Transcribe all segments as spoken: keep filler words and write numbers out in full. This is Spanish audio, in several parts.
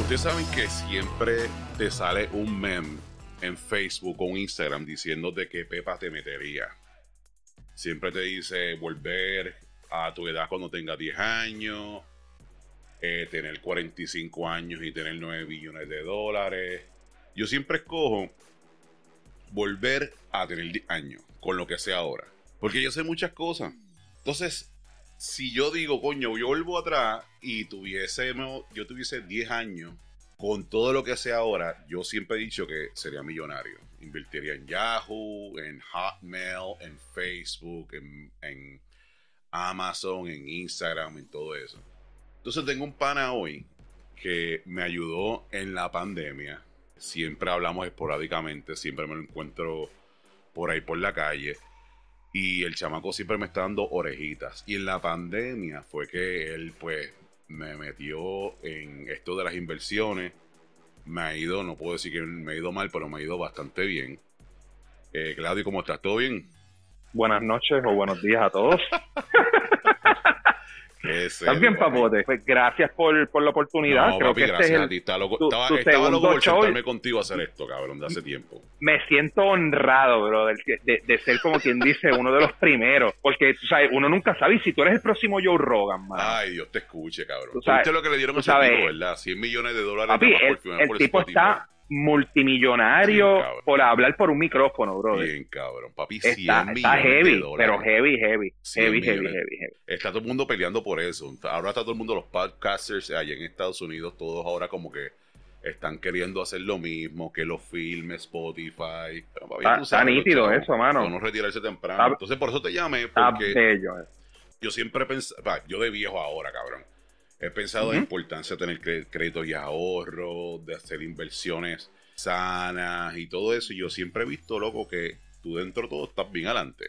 Ustedes saben que siempre te sale un meme en Facebook o Instagram diciéndote que Pepa te metería. Siempre te dice volver a tu edad cuando tengas diez años, eh, tener cuarenta y cinco años y tener nueve billones de dólares. Yo siempre escojo volver a tener diez años, con lo que sea ahora. Porque yo sé muchas cosas. Entonces, si yo digo, coño, yo vuelvo atrás y tuviese, no, yo tuviese diez años, con todo lo que sé ahora, yo siempre he dicho que sería millonario. Invertiría en Yahoo, en Hotmail, en Facebook, en, en Amazon, en Instagram, en todo eso. Entonces tengo un pana hoy que me ayudó en la pandemia. Siempre hablamos esporádicamente, siempre me lo encuentro por ahí por la calle. Y el chamaco siempre me está dando orejitas. Y en la pandemia fue que él, pues, me metió en esto de las inversiones. Me ha ido, no puedo decir que me ha ido mal, pero me ha ido bastante bien. Eh, Claudio, ¿cómo estás? ¿Todo bien? Buenas noches o buenos días a todos. ¿Estás bien, papote? Pues gracias por, por la oportunidad. No, Creo papi, que gracias este es a el, ti. Estaba loco, tu, estaba, tu estaba loco por show. sentarme contigo a hacer esto, cabrón, de hace tiempo. Me siento honrado, bro, de, de, de ser, como quien dice, uno de los primeros. Porque, tú sabes, uno nunca sabe si tú eres el próximo Joe Rogan, man. Ay, Dios te escuche, cabrón. Tú sabes, ¿Viste lo que le dieron a ese tipo, verdad? cien millones de dólares. Papi, el, por, el por tipo está multimillonario bien, por hablar por un micrófono, bro. Bien, cabrón. Papi, cien está, millones está heavy, de dólares. Pero heavy, heavy. Heavy, heavy, heavy, heavy. Está todo el mundo peleando por eso. Ahora está todo el mundo, los podcasters allá en Estados Unidos, todos ahora como que están queriendo hacer lo mismo, que los filmes, Spotify. Pero, papi, está, está nítido chavos, eso, mano. No retirarse temprano. Está, Entonces, por eso te llamé, porque está bello, eh. yo siempre pensaba, yo de viejo ahora, cabrón, he pensado uh-huh. en la importancia de tener créditos y ahorros, de hacer inversiones sanas y todo eso. Y yo siempre he visto, loco, que tú dentro de todo estás bien adelante.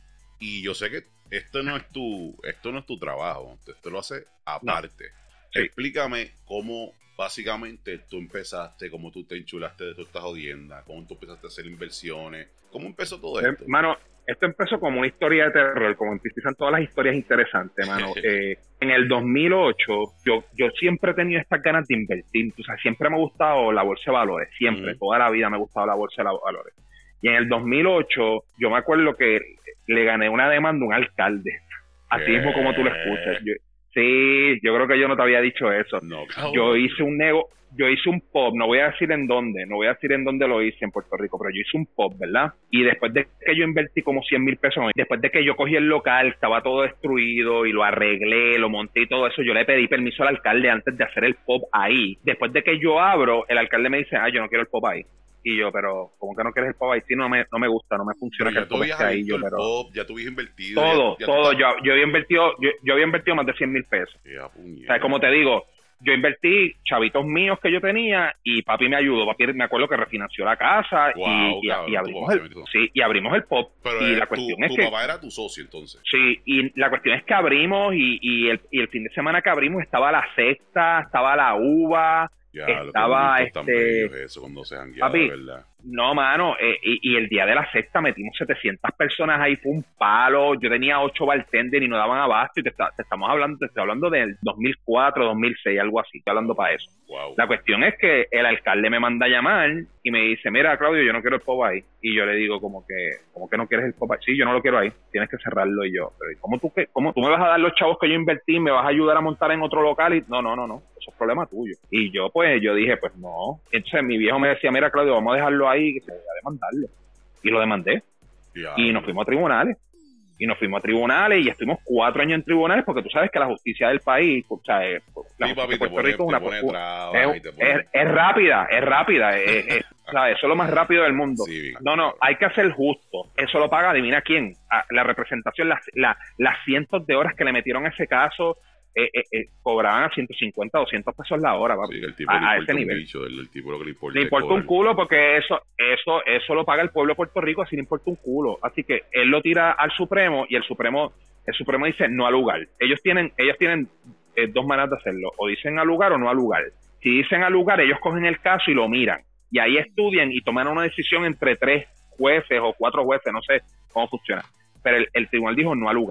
Y yo sé que esto no es tu, esto no es tu trabajo, esto lo haces aparte. No. Sí. Explícame cómo básicamente tú empezaste, cómo tú te enchulaste de toda esta jodienda, cómo tú empezaste a hacer inversiones, cómo empezó todo esto. Eh, mano, esto empezó como una historia de terror, como empiezan todas las historias interesantes, mano. eh, en el dos mil ocho, yo yo siempre he tenido estas ganas de invertir. O sea, siempre me ha gustado la bolsa de valores, siempre, mm. toda la vida me ha gustado la bolsa de valores. Y en el dos mil ocho, yo me acuerdo que le gané una demanda a un alcalde, así ¿Qué? mismo como tú lo escuchas. Yo, sí, yo creo que yo no te había dicho eso. No, yo hice un nego Yo hice un pub, no voy a decir en dónde, no voy a decir en dónde lo hice en Puerto Rico, pero yo hice un pub, ¿verdad? Y después de que yo invertí como cien mil pesos, después de que yo cogí el local, estaba todo destruido y lo arreglé, lo monté y todo eso, yo le pedí permiso al alcalde antes de hacer el pub ahí. Después de que yo abro, el alcalde me dice, ah, yo no quiero el pub ahí. Y yo, pero, ¿cómo que no quieres el pub ahí? Sí, no me, no me gusta, no me funciona pero que el pub esté ahí. Yo, pero... pub, ya tú habías invertido. Todo, ya, ya todo. Yo, yo había invertido, yo, yo había invertido más de cien mil pesos. Ya, o sea, como te digo, yo invertí chavitos míos que yo tenía y papi me ayudó. Papi me acuerdo que refinanció la casa wow, y, cabrón, y, y abrimos el sí, y abrimos el pub. Pero y eh, la cuestión tu, es tu que papá era tu socio entonces. Sí, y la cuestión es que abrimos y, y, el, y el fin de semana que abrimos estaba la sexta, estaba la uva, ya, estaba lo este eso cuando se jangueaba, papi, ¿verdad? No, mano, eh, y, y el día de la sexta metimos setecientas personas ahí, fue un palo. Yo tenía ocho bartenders y no daban abasto. Y te, está, te estamos hablando, te estoy hablando del dos mil cuatro, dos mil seis, algo así. Estoy hablando para eso. Wow. La cuestión es que el alcalde me manda a llamar y me dice, mira, Claudio, yo no quiero el pub ahí. Y yo le digo, como que, ¿cómo que no quieres el pub ahí? Sí, yo no lo quiero ahí, tienes que cerrarlo. Y yo, pero ¿cómo tú, qué, cómo tú me vas a dar los chavos que yo invertí? ¿Me vas a ayudar a montar en otro local? Y no, no, no, no, eso es problema tuyo. Y yo, pues, yo dije, pues no. Entonces mi viejo me decía, mira, Claudio, vamos a dejarlo ahí, que se vaya a demandarlo. Y lo demandé. Ya, y nos fuimos a tribunales. Y nos fuimos a tribunales y estuvimos cuatro años en tribunales porque tú sabes que la justicia del país, o sea, eh, la sí, justicia papi, de Puerto pone, Rico es una pone trabas, es, pone... es, es rápida, es rápida, es, es, ¿sabes? Eso es lo más rápido del mundo. Sí, no, no, hay que ser justo. Eso lo paga, adivina quién. A la representación, las, la, las cientos de horas que le metieron a ese caso, eh, eh, eh, cobraban a ciento cincuenta, doscientos pesos la hora, papi. Sí, el tipo a, a ese nivel. Bicho, el, el tipo lo que le importa, le importa un culo porque eso eso eso lo paga el pueblo de Puerto Rico, así le importa un culo. Así que él lo tira al Supremo y el Supremo el Supremo dice no al lugar. Ellos tienen ellos tienen eh, dos maneras de hacerlo, o dicen al lugar o no al lugar. Si dicen al lugar, ellos cogen el caso y lo miran y ahí estudian y toman una decisión entre tres jueces o cuatro jueces, no sé cómo funciona. Pero el, el tribunal dijo no al lugar.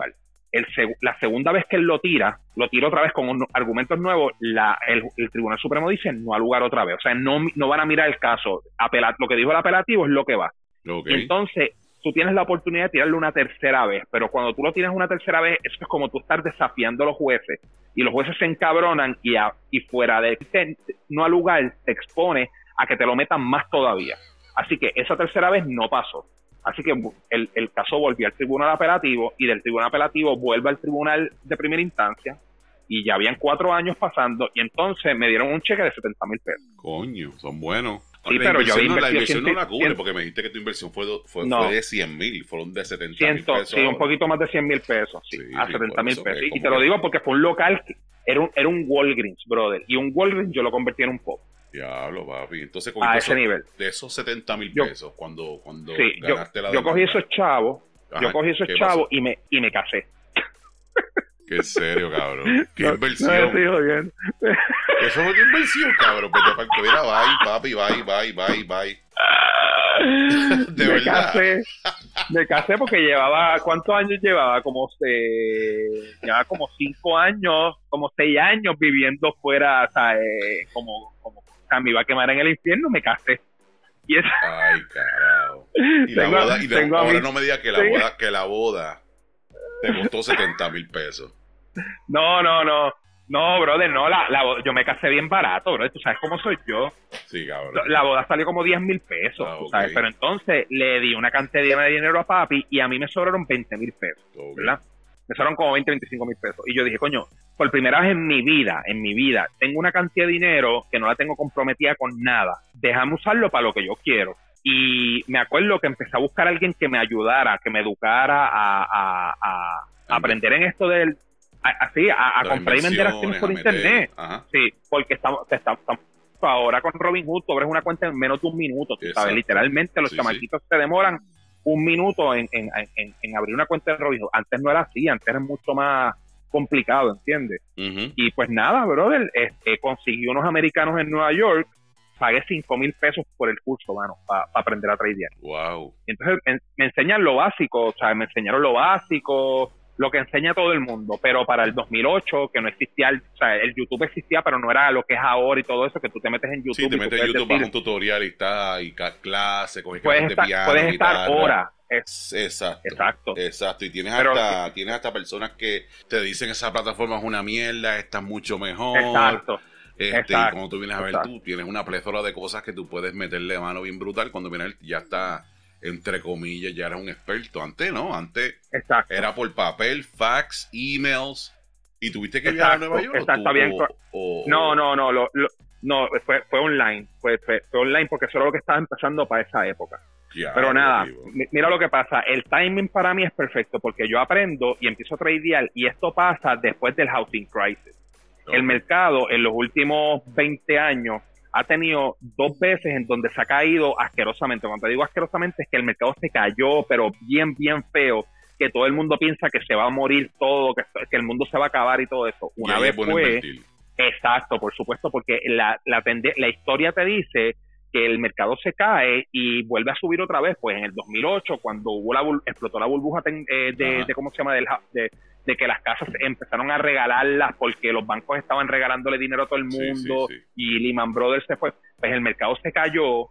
el seg- la segunda vez que él lo tira, lo tira otra vez con un, argumentos nuevos, la, el, el Tribunal Supremo dice no al lugar otra vez. O sea, no, no van a mirar el caso. Apela, lo que dijo el apelativo es lo que va. Okay. Y entonces, tú tienes la oportunidad de tirarlo una tercera vez, pero cuando tú lo tienes una tercera vez, eso es como tú estar desafiando a los jueces. Y los jueces se encabronan y, a, y fuera de te, no al lugar te expone a que te lo metan más todavía. Así que esa tercera vez no pasó. Así que el, el caso volvió al tribunal apelativo y del tribunal apelativo vuelve al tribunal de primera instancia y ya habían cuatro años pasando y entonces me dieron un cheque de setenta mil pesos. Coño, son buenos. Sí, la pero yo había no, la invertido inversión cien, no la cubre cien, porque me dijiste que tu inversión fue, fue, no, fue de cien mil, fueron de setenta mil pesos. Sí, un poquito más de cien mil pesos, sí, sí, a sí, setenta mil pesos. Y te lo digo porque fue un local, que era un, era un Walgreens, brother, y un Walgreens yo lo convertí en un pop. Diablo, papi. Entonces, con a eso, ese nivel. De esos setenta mil pesos, cuando, cuando sí, ganaste yo, la yo cogí esos chavos, Ajá, yo cogí esos chavos y me, y me casé. Qué serio, cabrón. Qué no, inversión. No, bien. Eso fue tu inversión, cabrón. Vete para que mira, bye, papi, bye, bye, bye, bye. De me verdad. casé, me casé porque llevaba, ¿cuántos años llevaba? Como se, llevaba como cinco años, como seis años viviendo fuera, o sea, eh, como, como, o sea, me iba a quemar en el infierno, me casé. Y es... Ay, carajo. Y tengo, la boda, y de, ahora mis... no me digas que la sí. boda, que la boda te costó setenta mil pesos. No, no, no. No, brother, no, la, la, yo me casé bien barato, brother, tú sabes cómo soy yo. Sí, cabrón. La boda salió como diez mil pesos, ah, tú okay. sabes, pero entonces le di una cantidad de dinero a papi y a mí me sobraron veinte mil pesos, okay. ¿verdad? Me sobraron como veinte, veinticinco mil pesos. Y yo dije, coño, por primera vez en mi vida, en mi vida, tengo una cantidad de dinero que no la tengo comprometida con nada. Déjame usarlo para lo que yo quiero. Y me acuerdo que empecé a buscar a alguien que me ayudara, que me educara a, a, a, a aprender en esto del... así, a, a comprar y vender acciones por internet. Ajá. Sí, porque estamos, estamos, estamos ahora con Robinhood, tú abres una cuenta en menos de un minuto, tú sabes, literalmente los sí, chamaquitos sí. se demoran un minuto en, en, en, en abrir una cuenta de Robinhood. Antes no era así, antes era mucho más complicado, ¿entiendes? Uh-huh. Y pues nada, brother, este, conseguí unos americanos en Nueva York, pagué cinco mil pesos por el curso, mano, para pa aprender a tradear. Wow. Entonces me, me enseñan lo básico, o sea, me enseñaron lo básico, lo que enseña todo el mundo, pero para el dos mil ocho, que no existía, el, o sea, el YouTube existía, pero no era lo que es ahora y todo eso, que tú te metes en YouTube. Sí, te y metes en YouTube, vas un tutorial y está, y clase, coges clases de piano, puedes estar horas. Es, exacto, exacto. Exacto, y tienes pero, hasta, tienes hasta personas que te dicen esa plataforma es una mierda, esta es mucho mejor. Exacto. Este, exacto, y cuando tú vienes a ver exacto. tú, tienes una plétora de cosas que tú puedes meterle mano bien brutal, cuando vienes ya está... entre comillas, ya eras un experto. Antes no, antes exacto. era por papel, fax, emails, y tuviste que viajar a Nueva York. Exacto, tú, bien. O, o, no, no, no, lo, lo, no fue, fue online, fue, fue, fue online porque eso era lo que estaba empezando para esa época. Ya, pero nada, m- mira lo que pasa, el timing para mí es perfecto porque yo aprendo y empiezo a tradear y esto pasa después del housing crisis. Okay. El mercado en los últimos veinte años ha tenido dos veces en donde se ha caído asquerosamente. Cuando te digo asquerosamente es que el mercado se cayó, pero bien, bien feo, que todo el mundo piensa que se va a morir todo, que, que el mundo se va a acabar y todo eso. Una vez fue... Exacto, por supuesto, porque la, la, tende, la historia te dice que el mercado se cae y vuelve a subir otra vez. Pues en el dos mil ocho, cuando hubo la, explotó la burbuja de, eh, de, de, ¿cómo se llama?, del, de, de que las casas empezaron a regalarlas porque los bancos estaban regalándole dinero a todo el mundo, sí, sí, sí. y Lehman Brothers se fue, pues el mercado se cayó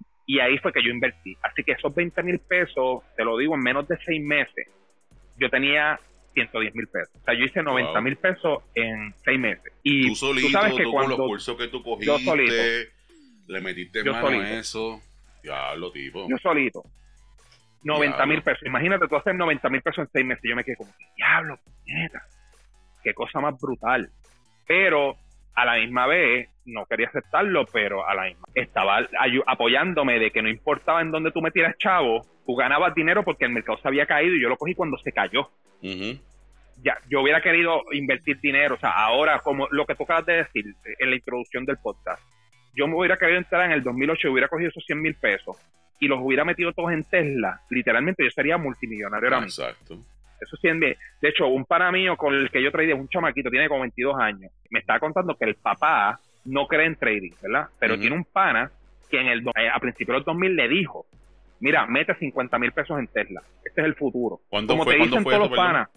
y ahí fue que yo invertí. Así que esos veinte mil pesos, te lo digo, en menos de seis meses, yo tenía ciento diez mil pesos. O sea, yo hice noventa mil wow. pesos en seis meses. Y tú solito, tú sabes que tú cuando con los cursos que tú cogiste, yo solito, le metiste yo mano solito. a eso, ya lo tipo. Yo solito. noventa mil pesos. Imagínate tú hacer noventa mil pesos en seis meses. Yo me quedé como, diablo, puñeta, qué cosa más brutal. Pero a la misma vez, no quería aceptarlo, pero a la misma estaba ay- apoyándome de que no importaba en dónde tú metieras chavo, tú ganabas dinero porque el mercado se había caído y yo lo cogí cuando se cayó. Uh-huh. Ya, yo hubiera querido invertir dinero, o sea, ahora, como lo que tú acabas de decir en la introducción del podcast, yo me hubiera querido entrar en el dos mil ocho y hubiera cogido esos cien mil pesos y los hubiera metido todos en Tesla, literalmente yo sería multimillonario ahora mismo. Exacto. Eso sí, de, de hecho, un pana mío con el que yo tradeé, un chamaquito, tiene como veintidós años, me estaba contando que el papá no cree en trading, ¿verdad? Pero uh-huh. tiene un pana que en el eh, a principios de los dos mil le dijo, mira, mete cincuenta mil pesos en Tesla, este es el futuro. ¿Cuándo Como fue, te dicen fue todos eso, los panas,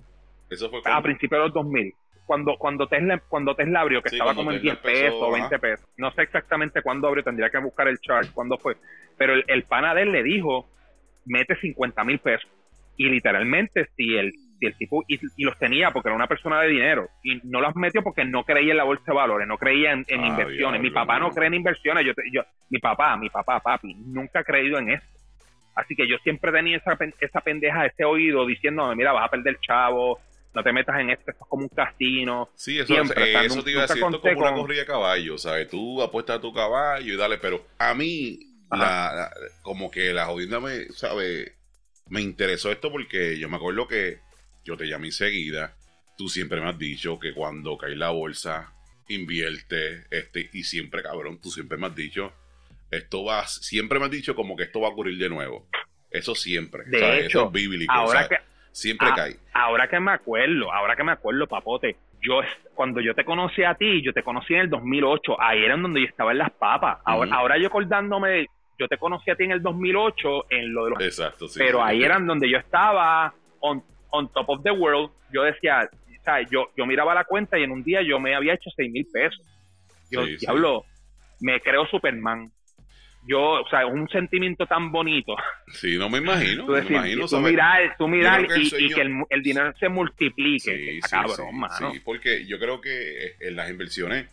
Eso fue a principios de los dos mil. Cuando, cuando, Tesla, cuando Tesla abrió, que sí, estaba como en diez pesos o veinte pesos. No sé exactamente cuándo abrió, tendría que buscar el chart, cuándo fue. Pero el, el pana de él le dijo, mete cincuenta mil pesos. Y literalmente, si el, si el tipo, y, y los tenía porque era una persona de dinero, y no los metió porque no creía en la bolsa de valores, no creía en, en ah, inversiones. Diablo, mi papá no, no cree en inversiones. Yo, yo, mi papá, mi papá, papi, nunca ha creído en eso. Así que yo siempre tenía esa, esa pendeja, ese oído diciéndome, mira, vas a perder chavo, no te metas en esto, esto es como un casino. Sí, eso, siempre, eh, o sea, eso te iba a decir, esto es como una corrida de caballo, ¿sabes? Tú apuestas a tu caballo y dale, pero a mí, la, la, como que la jodienda me, ¿sabes? Me interesó esto porque yo me acuerdo que yo te llamé enseguida, tú siempre me has dicho que cuando cae la bolsa, invierte, este, y siempre, cabrón, tú siempre me has dicho, esto va, siempre me has dicho como que esto va a ocurrir de nuevo. Eso siempre, de ¿sabes? hecho, eso es bíblico, ahora ¿sabes? que Siempre a, cae. Ahora que me acuerdo, ahora que me acuerdo, papote, yo cuando yo te conocí a ti, yo te conocí en el dos mil ocho, ahí era donde yo estaba en las papas. Ahora, uh-huh. ahora yo acordándome, yo te conocí a ti en el dos mil ocho en lo de los... Exacto, sí. Pero sí, ahí sí. eran donde yo estaba on, on top of the world. Yo decía, o sea, yo, yo miraba la cuenta y en un día yo me había hecho seis mil pesos. Yo, sí, diablo, sí. me creo Superman. Yo, o sea, es un sentimiento tan bonito. Sí, no me imagino, tú decir, me imagino. Tú mirar, tú mirar que y, sueño... y que el, el dinero se multiplique. Sí, Está sí, cabrón, sí, mano. sí, porque yo creo que en las inversiones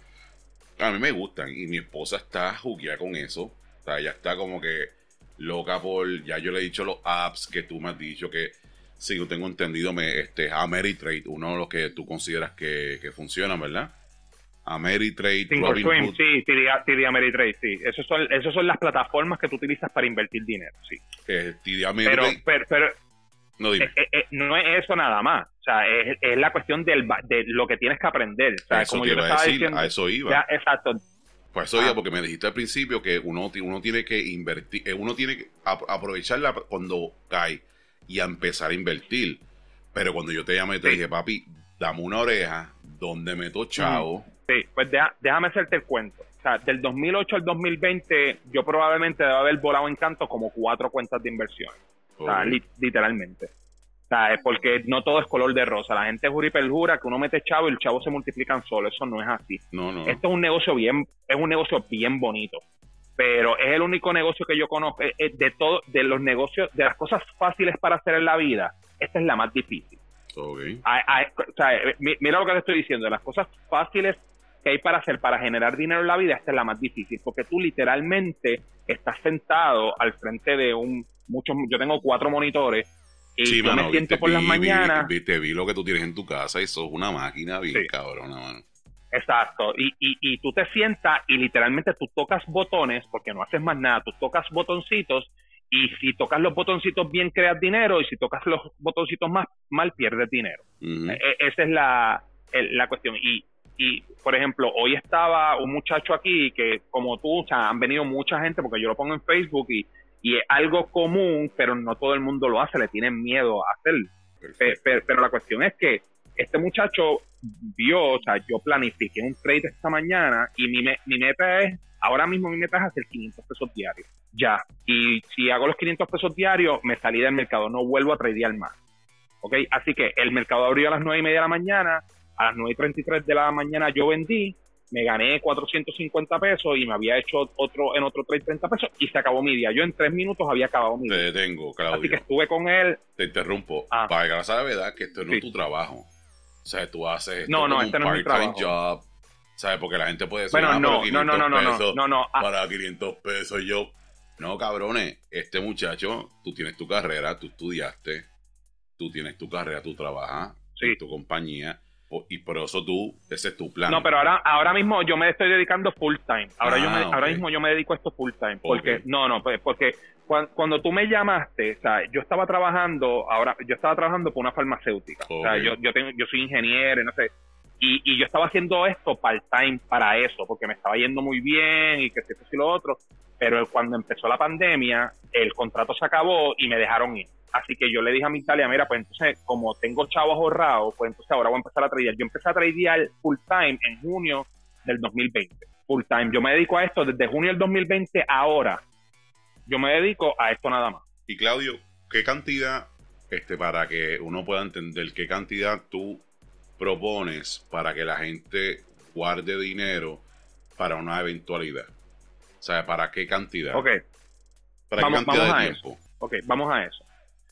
a mí me gustan y mi esposa está jugueada con eso. O sea, ella está como que loca por, ya yo le he dicho los apps que tú me has dicho que, sí, yo tengo entendido, me, este, Ameritrade, uno de los que tú consideras que, que funcionan, ¿verdad? Ameritrade, Robinhood. Sí, T D, T D Ameritrade, sí. Esas son, esos son las plataformas que tú utilizas para invertir dinero, sí. Eh, T D Ameritrade. Pero, pero, pero no, dime. Eh, eh, no es eso nada más. O sea, es, es la cuestión del, de lo que tienes que aprender. O sea, eso como te yo iba te a estaba decir, diciendo, a eso iba. Ya, exacto. Por eso ah. iba, porque me dijiste al principio que uno, uno tiene que invertir, uno tiene que aprovecharla cuando cae y a empezar a invertir. Pero cuando yo te llamé, te sí. dije, papi, dame una oreja, ¿dónde meto chavo? Mm. Sí, pues deja, déjame hacerte el cuento. O sea, del dos mil ocho al dos mil veinte, yo probablemente debo haber volado en canto como cuatro cuentas de inversión. Okay. O sea, li, literalmente. O sea, es porque no todo es color de rosa. La gente jura y perjura que uno mete chavo y el chavo se multiplican solo. Eso no es así. No, no. Esto es un negocio bien, es un negocio bien bonito. Pero es el único negocio que yo conozco. De todo, de los negocios, de las cosas fáciles para hacer en la vida, esta es la más difícil. Okay. Ay, ay, o sea, mira lo que te estoy diciendo. De las cosas fáciles que hay para hacer para generar dinero en la vida, esta es la más difícil, porque tú literalmente estás sentado al frente de un muchos yo tengo cuatro monitores y sí, yo mano, me siento vi, por las vi, mañanas vi, vi, te vi lo que tú tienes en tu casa y sos una máquina bien sí. cabrona, mano. Exacto, y, y, y tú te sientas y literalmente tú tocas botones, porque no haces más nada, tú tocas botoncitos y si tocas los botoncitos bien creas dinero y si tocas los botoncitos más mal pierdes dinero. Uh-huh. E- esa es la, el, la cuestión. Y Y, por ejemplo, hoy estaba un muchacho aquí que, como tú, o sea, han venido mucha gente, porque yo lo pongo en Facebook y, y es algo común, pero no todo el mundo lo hace, le tienen miedo a hacerlo. Pero, pero, pero la cuestión es que este muchacho vio, o sea, yo planifiqué un trade esta mañana y mi, me, mi meta es, ahora mismo mi meta es hacer quinientos pesos diarios, ya. Y si hago los quinientos pesos diarios, me salí del mercado, no vuelvo a tradear más. ¿Ok? Así que el mercado abrió a las nueve y media de la mañana. A las nueve y treinta y tres de la mañana yo vendí, me gané cuatrocientos cincuenta pesos y me había hecho otro en otro trade treinta pesos y se acabó mi día. Yo en tres minutos había acabado mi día. Te detengo, Claudio. Así que estuve con él. Te interrumpo. Ah. Para llegar a la verdad que esto no sí. es tu trabajo. O sea, tú haces esto no, no, como este un no es mi part-time trabajo. job. ¿Sabes? Porque la gente puede decir, bueno, ah, no, pero no, no, no, pesos, no, no, no. Ah. Para quinientos pesos yo... No, cabrones. Este muchacho, tú tienes tu carrera, tú estudiaste, tú tienes tu carrera, tú trabajas sí. en tu compañía. Y por eso tú, ese es tu plan. No, pero ahora ahora mismo yo me estoy dedicando full time. Ahora ah, yo me, okay. ahora mismo yo me dedico a esto full time. Porque, okay. no, no, pues porque cuando, cuando tú me llamaste, o sea, yo estaba trabajando, ahora, yo estaba trabajando por una farmacéutica. Okay. O sea, yo, yo tengo, yo soy ingeniero, no sé. Y, y yo estaba haciendo esto part-time para eso, porque me estaba yendo muy bien y que esto y lo otro. Pero cuando empezó la pandemia, el contrato se acabó y me dejaron ir. Así que yo le dije a mi Italia, mira, pues entonces, como tengo chavos ahorrados, pues entonces ahora voy a empezar a tradear. Yo empecé a tradear full time en junio del dos mil veinte. Full time. Yo me dedico a esto desde junio del dos mil veinte a ahora. Yo me dedico a esto nada más. Y Claudio, ¿qué cantidad este, para que uno pueda entender qué cantidad tú propones para que la gente guarde dinero para una eventualidad. O sea, ¿para qué cantidad? Ok. ¿Para vamos, qué cantidad vamos de a tiempo? Eso. Ok, vamos a eso.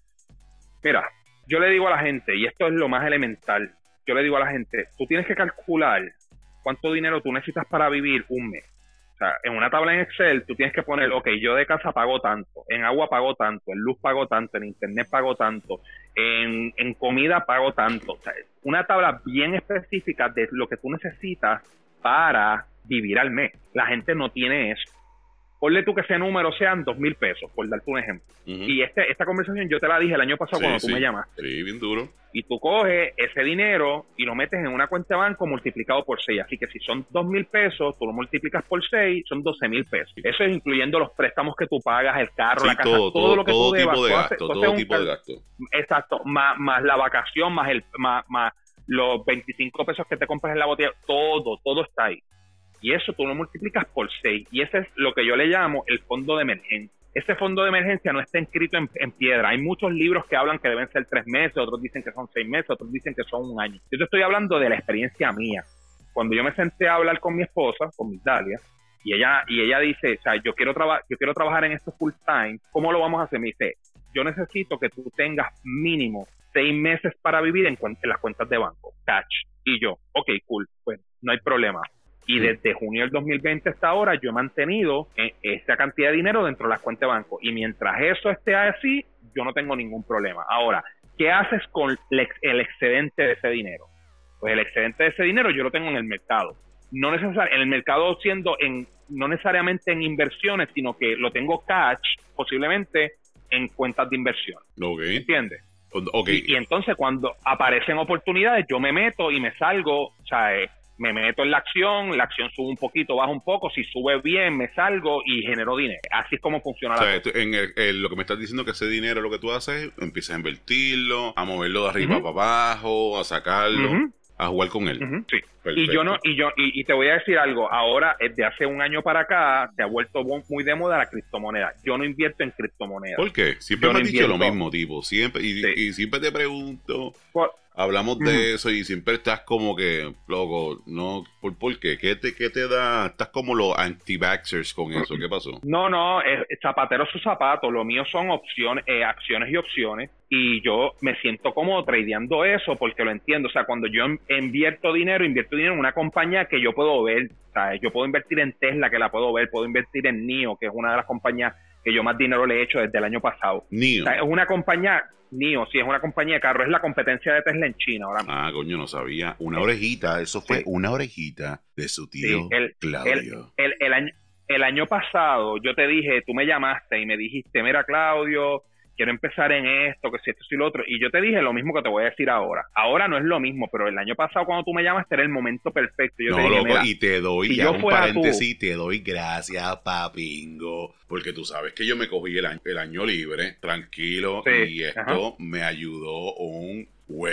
Mira, yo le digo a la gente, y esto es lo más elemental, yo le digo a la gente, tú tienes que calcular cuánto dinero tú necesitas para vivir un mes. O sea, en una tabla en Excel tú tienes que poner, ok, yo de casa pago tanto, en agua pago tanto, en luz pago tanto, en internet pago tanto, en, en comida pago tanto. O sea, una tabla bien específica de lo que tú necesitas para vivir al mes. La gente no tiene eso. Ponle tú que ese número sean dos mil pesos, por darte un ejemplo. Uh-huh. Y este, esta conversación yo te la dije el año pasado sí, cuando tú sí. me llamaste. Sí, bien duro. Y tú coges ese dinero y lo metes en una cuenta de banco multiplicado por seis. Así que si son dos mil pesos, tú lo multiplicas por seis, son doce mil pesos. Sí. Eso es incluyendo los préstamos que tú pagas, el carro, sí, la casa, todo, todo, todo lo que todo tú tipo debas. De tú gasto, haces, todo tipo un, de gasto. Exacto, más, más la vacación, más, el, más, más los veinticinco pesos que te compras en la botella, todo, todo está ahí. Y eso tú lo multiplicas por seis. Y ese es lo que yo le llamo el fondo de emergencia. Ese fondo de emergencia no está escrito en, en piedra. Hay muchos libros que hablan que deben ser tres meses, otros dicen que son seis meses, otros dicen que son un año. Yo te estoy hablando de la experiencia mía. Cuando yo me senté a hablar con mi esposa, con mi Dalia, y ella y ella dice, o sea, yo quiero, traba- yo quiero trabajar en esto full time, ¿cómo lo vamos a hacer? Me dice, yo necesito que tú tengas mínimo seis meses para vivir en, cu- en las cuentas de banco, cash. Y yo, ok, cool, pues no hay problema. Y desde junio del dos mil veinte hasta ahora yo he mantenido esa cantidad de dinero dentro de las cuentas de banco. Y mientras eso esté así, yo no tengo ningún problema. Ahora, ¿qué haces con el excedente de ese dinero? Pues el excedente de ese dinero yo lo tengo en el mercado. No necesariamente en el mercado siendo en no necesariamente en inversiones, sino que lo tengo cash, posiblemente en cuentas de inversión. Okay. ¿Entiendes? Okay. Y, y entonces cuando aparecen oportunidades, yo me meto y me salgo, o sea, eh, me meto en la acción, la acción sube un poquito, baja un poco, si sube bien me salgo y genero dinero. Así es como funciona o sea, la cosa. En el, el, lo que me estás diciendo que ese dinero lo que tú haces, empiezas a invertirlo, a moverlo de arriba uh-huh. para abajo, a sacarlo, uh-huh. a jugar con él. Uh-huh. Sí. Y yo no, y yo, y, y te voy a decir algo, ahora desde hace un año para acá se ha vuelto muy de moda la criptomoneda. Yo no invierto en criptomonedas. ¿Por qué? Siempre yo me no has dicho invierto. lo mismo, tipo, siempre, y, sí. y siempre te pregunto. Por, Hablamos de uh-huh. eso y siempre estás como que, loco, no, ¿por, por qué? ¿Qué te, qué te da? Estás como los anti-vaxxers con eso, ¿qué pasó? No, no, es, zapatero sus zapatos, lo mío son opciones, eh, acciones y opciones, y yo me siento cómodo tradeando eso porque lo entiendo. O sea, cuando yo invierto dinero, invierto dinero en una compañía que yo puedo ver, ¿sabes? Yo puedo invertir en Tesla, que la puedo ver, puedo invertir en N I O, que es una de las compañías que yo más dinero le he hecho desde el año pasado. N I O. O sea, es una compañía... N I O, sí, es una compañía de carros, es la competencia de Tesla en China ahora mismo. Ah, coño, no sabía. Una orejita, eso fue sí. una orejita de su tío sí, el, Claudio. El, el, el, año, el año pasado yo te dije, tú me llamaste y me dijiste, mira Claudio, quiero empezar en esto, que si esto y lo otro, y yo te dije lo mismo que te voy a decir ahora. Ahora no es lo mismo, pero el año pasado cuando tú me llamaste era el momento perfecto. Yo no, te dije, loco, mira, y te doy, si ya un paréntesis, tú, te doy gracias, papingo, porque tú sabes que yo me cogí el año, el año libre, tranquilo, sí, y esto ajá. me ayudó un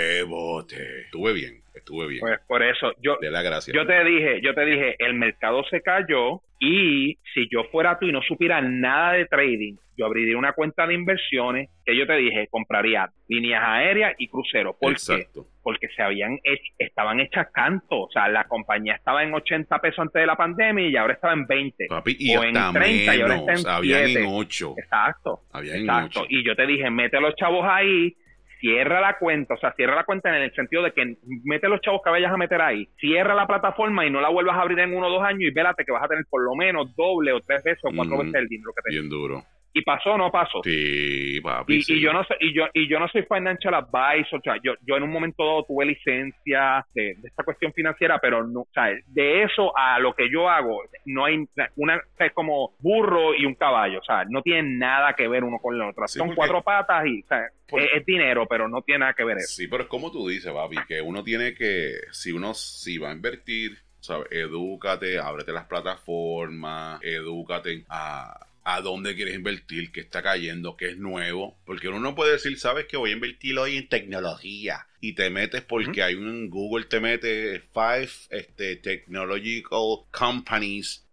huevote. Estuve bien, estuve bien. Pues por eso, yo, de la gracia. yo te dije, yo te dije, el mercado se cayó y si yo fuera tú y no supiera nada de trading, yo abriría una cuenta de inversiones que yo te dije, compraría líneas aéreas y cruceros. ¿Por Exacto. qué? Porque se habían hecho, estaban hechas canto. O sea, la compañía estaba en ochenta pesos antes de la pandemia y ahora estaba en veinte. Papi, y o hasta en treinta menos, y ahora está en habían siete. en ocho. Exacto. Habían exacto. en ocho. Y yo te dije, mete los chavos ahí, cierra la cuenta, o sea, cierra la cuenta en el sentido de que mete los chavos que vayas a meter ahí, cierra la plataforma y no la vuelvas a abrir en uno o dos años y vélate que vas a tener por lo menos doble o tres veces o cuatro mm, veces el dinero que te bien duro. Y pasó o no pasó. Sí, papi. Y, sí. y yo no soy, y yo, y yo no soy financial advisor, o sea, yo, yo en un momento dado tuve licencia de, de esta cuestión financiera, pero no, o sea, de eso a lo que yo hago, no hay una, es como burro y un caballo, o sea, no tienen nada que ver uno con la otra. Sí, son cuatro patas y, o sea, por, es, es dinero, pero no tiene nada que ver eso. Sí, pero es como tú dices, papi, que uno tiene que, si uno si va a invertir, ¿sabes? Edúcate, ábrete las plataformas, edúcate a a dónde quieres invertir, qué está cayendo, qué es nuevo, porque uno no puede decir, sabes que voy a invertir hoy en tecnología y te metes porque uh-huh. hay un Google te mete five este technological companies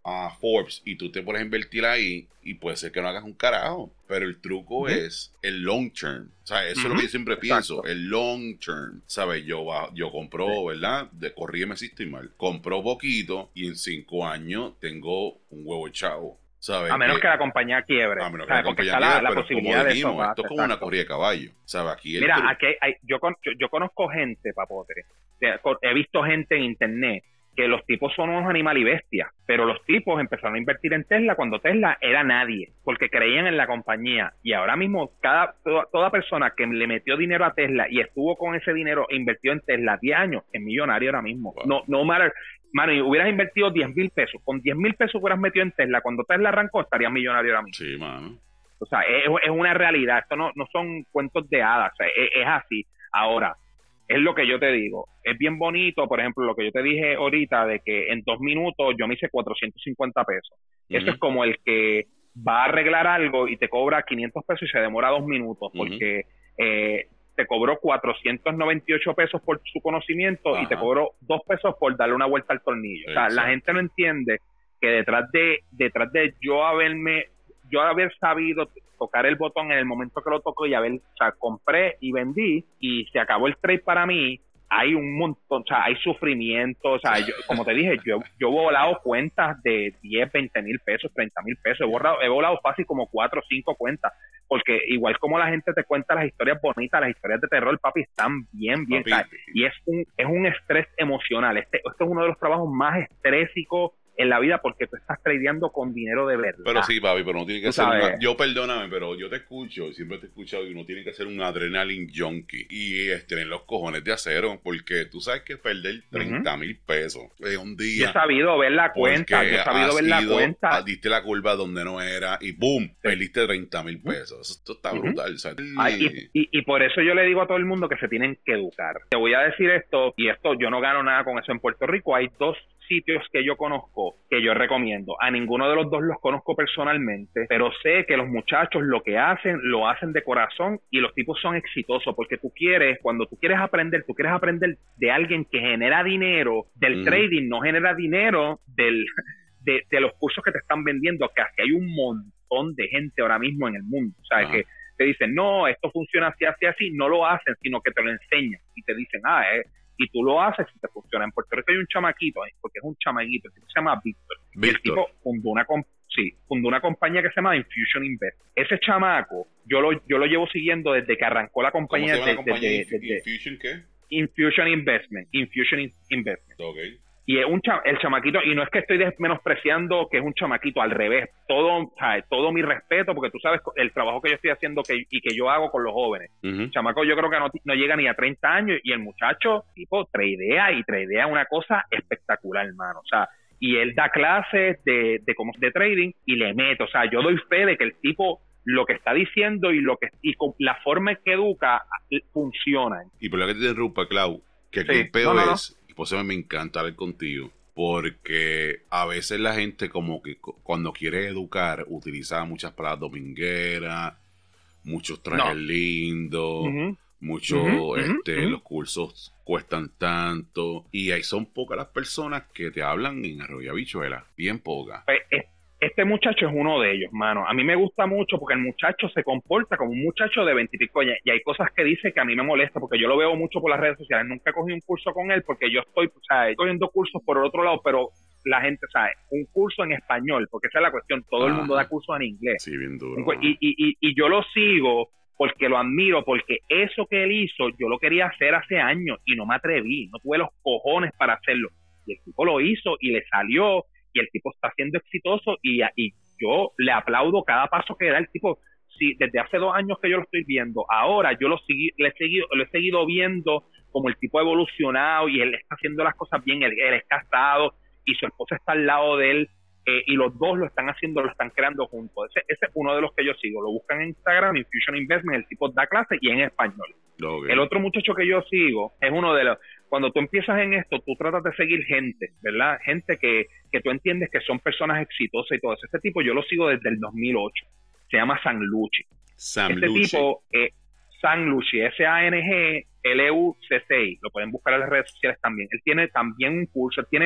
a Forbes y tú te pones a invertir ahí y puede ser que no hagas un carajo, pero el truco uh-huh. es el long term, o sea, eso uh-huh. es lo que yo siempre Exacto. pienso, el long term, ¿sabes? Yo, yo compro, sí. ¿verdad? De corrígeme si estoy mal, compro poquito y en cinco años tengo un huevo chavo. ¿Sabes? A menos que, que la compañía quiebre. A menos que la compañía quiebre, la, la pero posibilidad como dijimos, de esto es como una corrida de caballo. ¿Sabes? Aquí el Mira, truco. aquí hay, yo, yo, yo conozco gente, papote, he visto gente en internet que los tipos son unos animales y bestias, pero los tipos empezaron a invertir en Tesla cuando Tesla era nadie, porque creían en la compañía, y ahora mismo cada toda, toda persona que le metió dinero a Tesla y estuvo con ese dinero e invirtió en Tesla diez años, es millonario ahora mismo. Wow. No, no matter, mano, y hubieras invertido diez mil pesos, con diez mil pesos hubieras metido en Tesla, cuando Tesla arrancó estarías millonario ahora mismo. Sí, mano. O sea, es, es una realidad, esto no, no son cuentos de hadas, o sea, es, es así. Ahora, es lo que yo te digo, es bien bonito, por ejemplo, lo que yo te dije ahorita de que en dos minutos yo me hice cuatrocientos cincuenta pesos. Uh-huh. Eso es como el que va a arreglar algo y te cobra quinientos pesos y se demora dos minutos, porque uh-huh. eh, te cobró cuatrocientos noventa y ocho pesos por su conocimiento uh-huh. y te cobró dos pesos por darle una vuelta al tornillo. Exacto. O sea, la gente no entiende que detrás de detrás de yo haberme, yo haber sabido tocar el botón en el momento que lo toco y haber, o sea, compré y vendí y se acabó el trade para mí, hay un montón, o sea, hay sufrimiento, o sea, yo, como te dije, yo yo he volado cuentas de diez, veinte mil pesos, treinta mil pesos, he, borrado, he volado fácil como cuatro o cinco cuentas, porque igual como la gente te cuenta las historias bonitas, las historias de terror, papi, están bien, bien, papi, o sea, y es un, es un estrés emocional, este, este es uno de los trabajos más estrésicos en la vida porque tú estás tradeando con dinero de verdad. Pero sí, papi, pero no tiene que ser una... Yo, perdóname, pero yo te escucho, siempre te he escuchado y uno tiene que ser un adrenaline junkie y es tener los cojones de acero, porque tú sabes que perder treinta mil uh-huh. pesos en un día... Yo he sabido ver la cuenta, yo he sabido ver la ido, cuenta. Diste la curva donde no era y ¡boom! Sí. Perdiste treinta mil pesos. Esto está uh-huh. brutal, ¿sabes? Ay, y, y, y por eso yo le digo a todo el mundo que se tienen que educar. Te voy a decir esto, y esto yo no gano nada con eso en Puerto Rico, hay dos sitios que yo conozco que yo recomiendo. A ninguno de los dos los conozco personalmente, pero sé que los muchachos lo que hacen, lo hacen de corazón y los tipos son exitosos porque tú quieres, cuando tú quieres aprender, tú quieres aprender de alguien que genera dinero del mm. trading, no genera dinero del de, de los cursos que te están vendiendo, que aquí hay un montón de gente ahora mismo en el mundo, o sea, ah. que te dicen, no, esto funciona así, así, así, no lo hacen, sino que te lo enseñan y te dicen, ah, eh, y tú lo haces y te funciona. En Puerto Rico hay un chamaquito, ¿eh? Porque es un chamaquito, el tipo se llama Víctor. El tipo fundó una, comp- sí, fundó una compañía que se llama Infusion Invest. Ese chamaco, yo lo yo lo llevo siguiendo desde que arrancó la compañía. ¿Cómo se llama de, la compañía? De, de, de, ¿Infusion qué? Infusion Investment. Infusion in- Investment. Okay. Y es un cha- el chamaquito, y no es que estoy menospreciando que es un chamaquito, al revés, todo, ¿sabes? Todo mi respeto, porque tú sabes el trabajo que yo estoy haciendo que, y que yo hago con los jóvenes. Uh-huh. El chamaco yo creo que no, no llega ni a treinta años, y el muchacho, tipo, tradea y tradea una cosa espectacular, hermano. O sea, y él da clases de, de, como, de trading y le mete, o sea, yo doy fe de que el tipo lo que está diciendo y lo que y con la forma en que educa funciona. Y por lo que te interrumpa, Clau, que aquí sí. el peo no, no, es... Por eso me encanta hablar contigo, porque a veces la gente como que cuando quiere educar utiliza muchas palabras domingueras, muchos trajes no. lindos, uh-huh. muchos, uh-huh. este, uh-huh. los cursos cuestan tanto, y ahí son pocas las personas que te hablan en arroyo habichuela, bien pocas. Pues, este muchacho es uno de ellos, mano. A mí me gusta mucho porque el muchacho se comporta como un muchacho de veintipico años. Y hay cosas que dice que a mí me molesta porque yo lo veo mucho por las redes sociales. Nunca cogí un curso con él porque yo estoy, o sea, estoy cogiendo cursos por el otro lado, pero la gente, sabe, un curso en español, porque esa es la cuestión. Todo ah, el mundo da cursos en inglés. Sí, bien duro. Y, y, y, y yo lo sigo porque lo admiro, porque eso que él hizo, yo lo quería hacer hace años y no me atreví. No tuve los cojones para hacerlo. Y el tipo lo hizo y le salió. Y el tipo está siendo exitoso y, y yo le aplaudo cada paso que da el tipo. Sí, desde hace dos años que yo lo estoy viendo, ahora yo lo, segui, le he seguido, lo he seguido viendo como el tipo ha evolucionado y él está haciendo las cosas bien, él, él es casado y su esposa está al lado de él eh, y los dos lo están haciendo, lo están creando juntos. Ese, ese es uno de los que yo sigo, lo buscan en Instagram, Infusion Investment, el tipo da clase y en español. Okay. El otro muchacho que yo sigo es uno de los... Cuando tú empiezas en esto, tú tratas de seguir gente, ¿verdad? Gente que, que tú entiendes que son personas exitosas y todo eso. Este tipo yo lo sigo desde el dos mil ocho. Se llama Sam Lucci. Sam este Lucci. tipo, eh, Sam Lucci, S A N G L U C C I. Lo pueden buscar en las redes sociales también. Él tiene también un curso. Él tiene,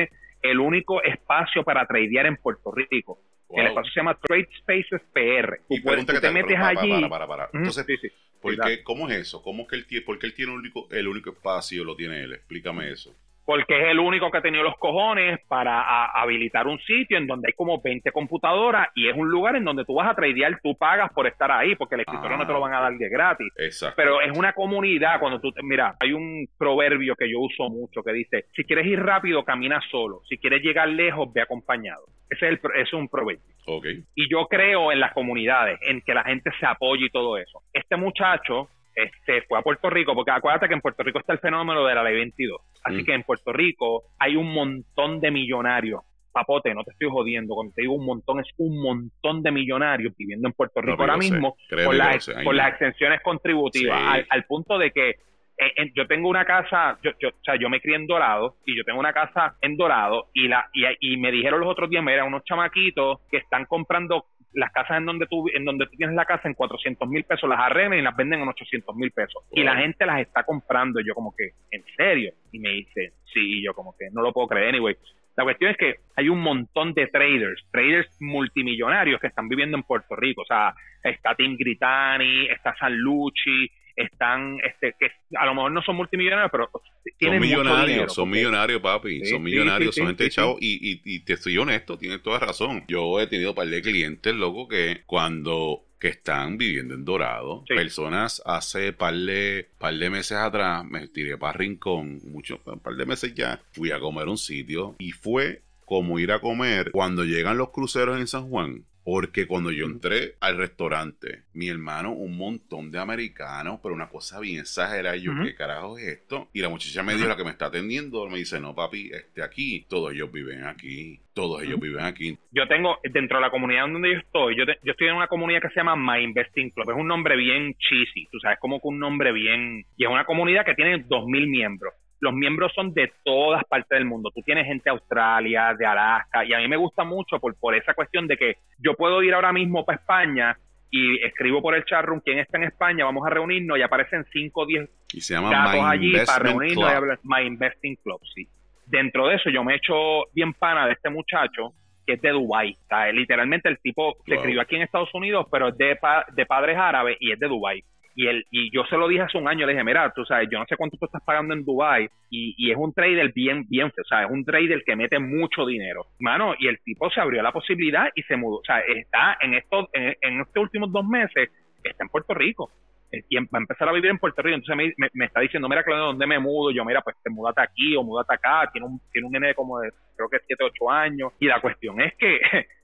el único espacio para tradear en Puerto Rico. Wow. El espacio se llama Trade Spaces P R. Y pregunta que te, te metes para, allí. Para, para, para, para. Entonces, sí, sí. ¿por sí, qué, ¿cómo es eso? ¿Cómo es que él tiene, ¿Por qué él tiene el único, el único espacio lo tiene él? Explícame eso. Porque es el único que ha tenido los cojones para a, habilitar un sitio en donde hay como veinte computadoras y es un lugar en donde tú vas a tradear, tú pagas por estar ahí, porque el escritorio ah, no te lo van a dar de gratis. Exacto. Pero es una comunidad, cuando tú, mira, hay un proverbio que yo uso mucho que dice, si quieres ir rápido, camina solo, si quieres llegar lejos, ve acompañado. Ese es, el, ese es un proverbio. Okay. Y yo creo en las comunidades, en que la gente se apoye y todo eso. Este muchacho... Este, fue a Puerto Rico, porque acuérdate que en Puerto Rico está el fenómeno de la ley veintidós. Así mm. que en Puerto Rico hay un montón de millonarios. Papote, no te estoy jodiendo. Cuando te digo un montón, es un montón de millonarios viviendo en Puerto Rico ahora mismo por, la, por las exenciones contributivas. Sí. Al, al punto de que eh, eh, yo tengo una casa, yo, yo, o sea, yo me crié en Dorado y yo tengo una casa en Dorado y, la, y, y me dijeron los otros días, mira, unos chamaquitos que están comprando las casas en donde tú en donde tú tienes la casa en cuatrocientos mil pesos, las arreglan y las venden en ochocientos mil pesos. Wow. Y la gente las está comprando. Y yo como que, ¿en serio? Y me dice, sí, y yo como que no lo puedo creer. Anyway, la cuestión es que hay un montón de traders, traders multimillonarios que están viviendo en Puerto Rico. O sea, está Tim Gritani, está San Lucci, están, este, que a lo mejor no son multimillonarios, pero tienen son millonarios, mucho dinero, son porque... millonarios, papi, sí, son millonarios, sí, sí, son sí, gente sí, chavo, sí. Y, y, y te estoy honesto, tienes toda razón. Yo he tenido un par de clientes, loco, que cuando que están viviendo en Dorado, sí. personas hace par de, par de meses atrás, me tiré para Rincón, mucho, un par de meses ya, fui a comer a un sitio y fue como ir a comer cuando llegan los cruceros en San Juan. Porque cuando yo entré al restaurante, mi hermano, un montón de americanos, pero una cosa bien exagerada. Yo, uh-huh. ¿qué carajo es esto? Y la muchacha me dijo, uh-huh. la que me está atendiendo, me dice, no, papi, este aquí, todos ellos viven aquí, todos ellos uh-huh. viven aquí. Yo tengo, dentro de la comunidad donde yo estoy, yo, te, yo estoy en una comunidad que se llama My Investing Club. Es un nombre bien cheesy, tú sabes, como que un nombre bien... Y es una comunidad que tiene dos mil miembros. Los miembros son de todas partes del mundo. Tú tienes gente de Australia, de Alaska, y a mí me gusta mucho por, por esa cuestión de que yo puedo ir ahora mismo para España y escribo por el chatroom quién está en España, vamos a reunirnos y aparecen cinco o diez gatos allí para reunirnos y hablar. My Investing Club, sí. Dentro de eso yo me he hecho bien pana de este muchacho que es de Dubái. O sea, literalmente el tipo wow. se crió aquí en Estados Unidos, pero es de, pa- de padres árabes y es de Dubái. Y él, y yo se lo dije hace un año, le dije, mira, tú sabes, yo no sé cuánto tú estás pagando en Dubái, y, y es un trader bien, bien, o sea, es un trader que mete mucho dinero. Mano, y el tipo se abrió la posibilidad y se mudó. O sea, está en estos, en, en estos últimos dos meses, está en Puerto Rico. Y va a empezar a vivir en Puerto Rico. Entonces me, me, me está diciendo, mira, Claudio, ¿dónde me mudo? Yo, mira, pues te mudate aquí o mudate acá. Tiene un, tiene un nene como de, creo que siete, ocho años. Y la cuestión es que...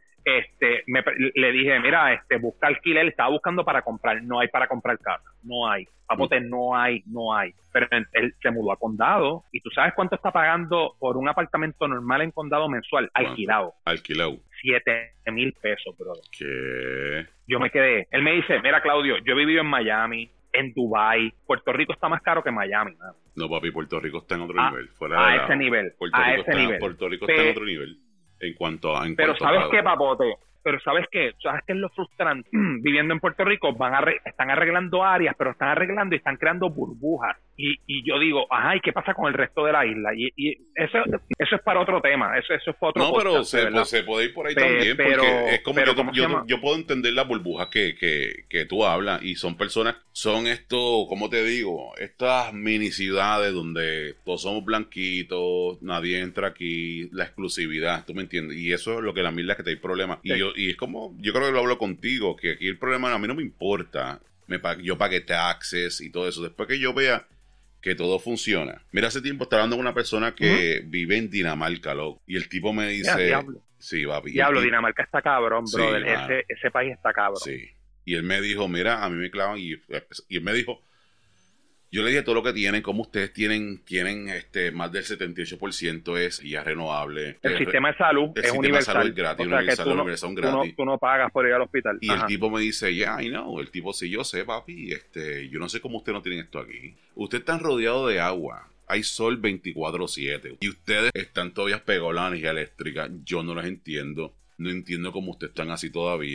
este me, le dije, mira, este busca alquiler, estaba buscando para comprar, no hay para comprar casa, no hay, papote, no hay, no hay, pero él, él se mudó a Condado, y tú sabes cuánto está pagando por un apartamento normal en Condado mensual, alquilado, alquilado, siete mil pesos, brother. ¿Qué? Yo me quedé, él me dice, mira, Claudio, yo he vivido en Miami, en Dubái, Puerto Rico está más caro que Miami, man. No, papi, Puerto Rico está en otro a, nivel, fuera a de ese lado. nivel, Puerto a Rico ese está, nivel, Puerto Rico pero, está en otro nivel. En cuanto a... En pero cuanto ¿sabes a qué, papote? Pero ¿sabes qué? ¿Sabes qué es lo frustrante? Viviendo en Puerto Rico, van a re- están arreglando áreas, pero están arreglando y están creando burbujas. Y, y yo digo, ajá, ¿y qué pasa con el resto de la isla? Y, y eso eso es para otro tema, eso, eso es para otro No, podcast, pero se, pues, se puede ir por ahí Pe- también, pero, porque es como pero, yo, yo, yo puedo entender las burbujas que, que, que tú hablas, y son personas, son esto, ¿cómo te digo? Estas mini ciudades donde todos somos blanquitos, nadie entra aquí, la exclusividad, ¿tú me entiendes? Y eso es lo que la mierda es que te hay problemas. Sí. Y yo y es como, yo creo que lo hablo contigo, que aquí el problema a mí no me importa, me pa- yo pagué taxes y todo eso, después que yo vea que todo funciona. Mira, hace tiempo estaba hablando con una persona que uh-huh. vive en Dinamarca, loco. Y el tipo me dice... Ya, diablo. Sí, papi. Diablo, el, Dinamarca está cabrón, brother. Sí, ese, ese país está cabrón. Sí. Y él me dijo, mira, a mí me clavan. Y, y él me dijo... Yo le dije todo lo que tienen, como ustedes tienen tienen este más del setenta y ocho por ciento es ya renovable. El, el sistema de salud el es sistema universal. De salud es gratis, o sea, universal, que tú, no, universal, tú, gratis. no, tú no pagas por ir al hospital. Y Ajá. el tipo me dice, yeah, I know. El tipo, sí, yo sé, papi. Este, yo no sé cómo ustedes no tienen esto aquí. Ustedes están rodeados de agua. Hay sol veinticuatro siete. Y ustedes están todavía pegados a la energía eléctrica. Yo no los entiendo. No entiendo cómo ustedes están así todavía.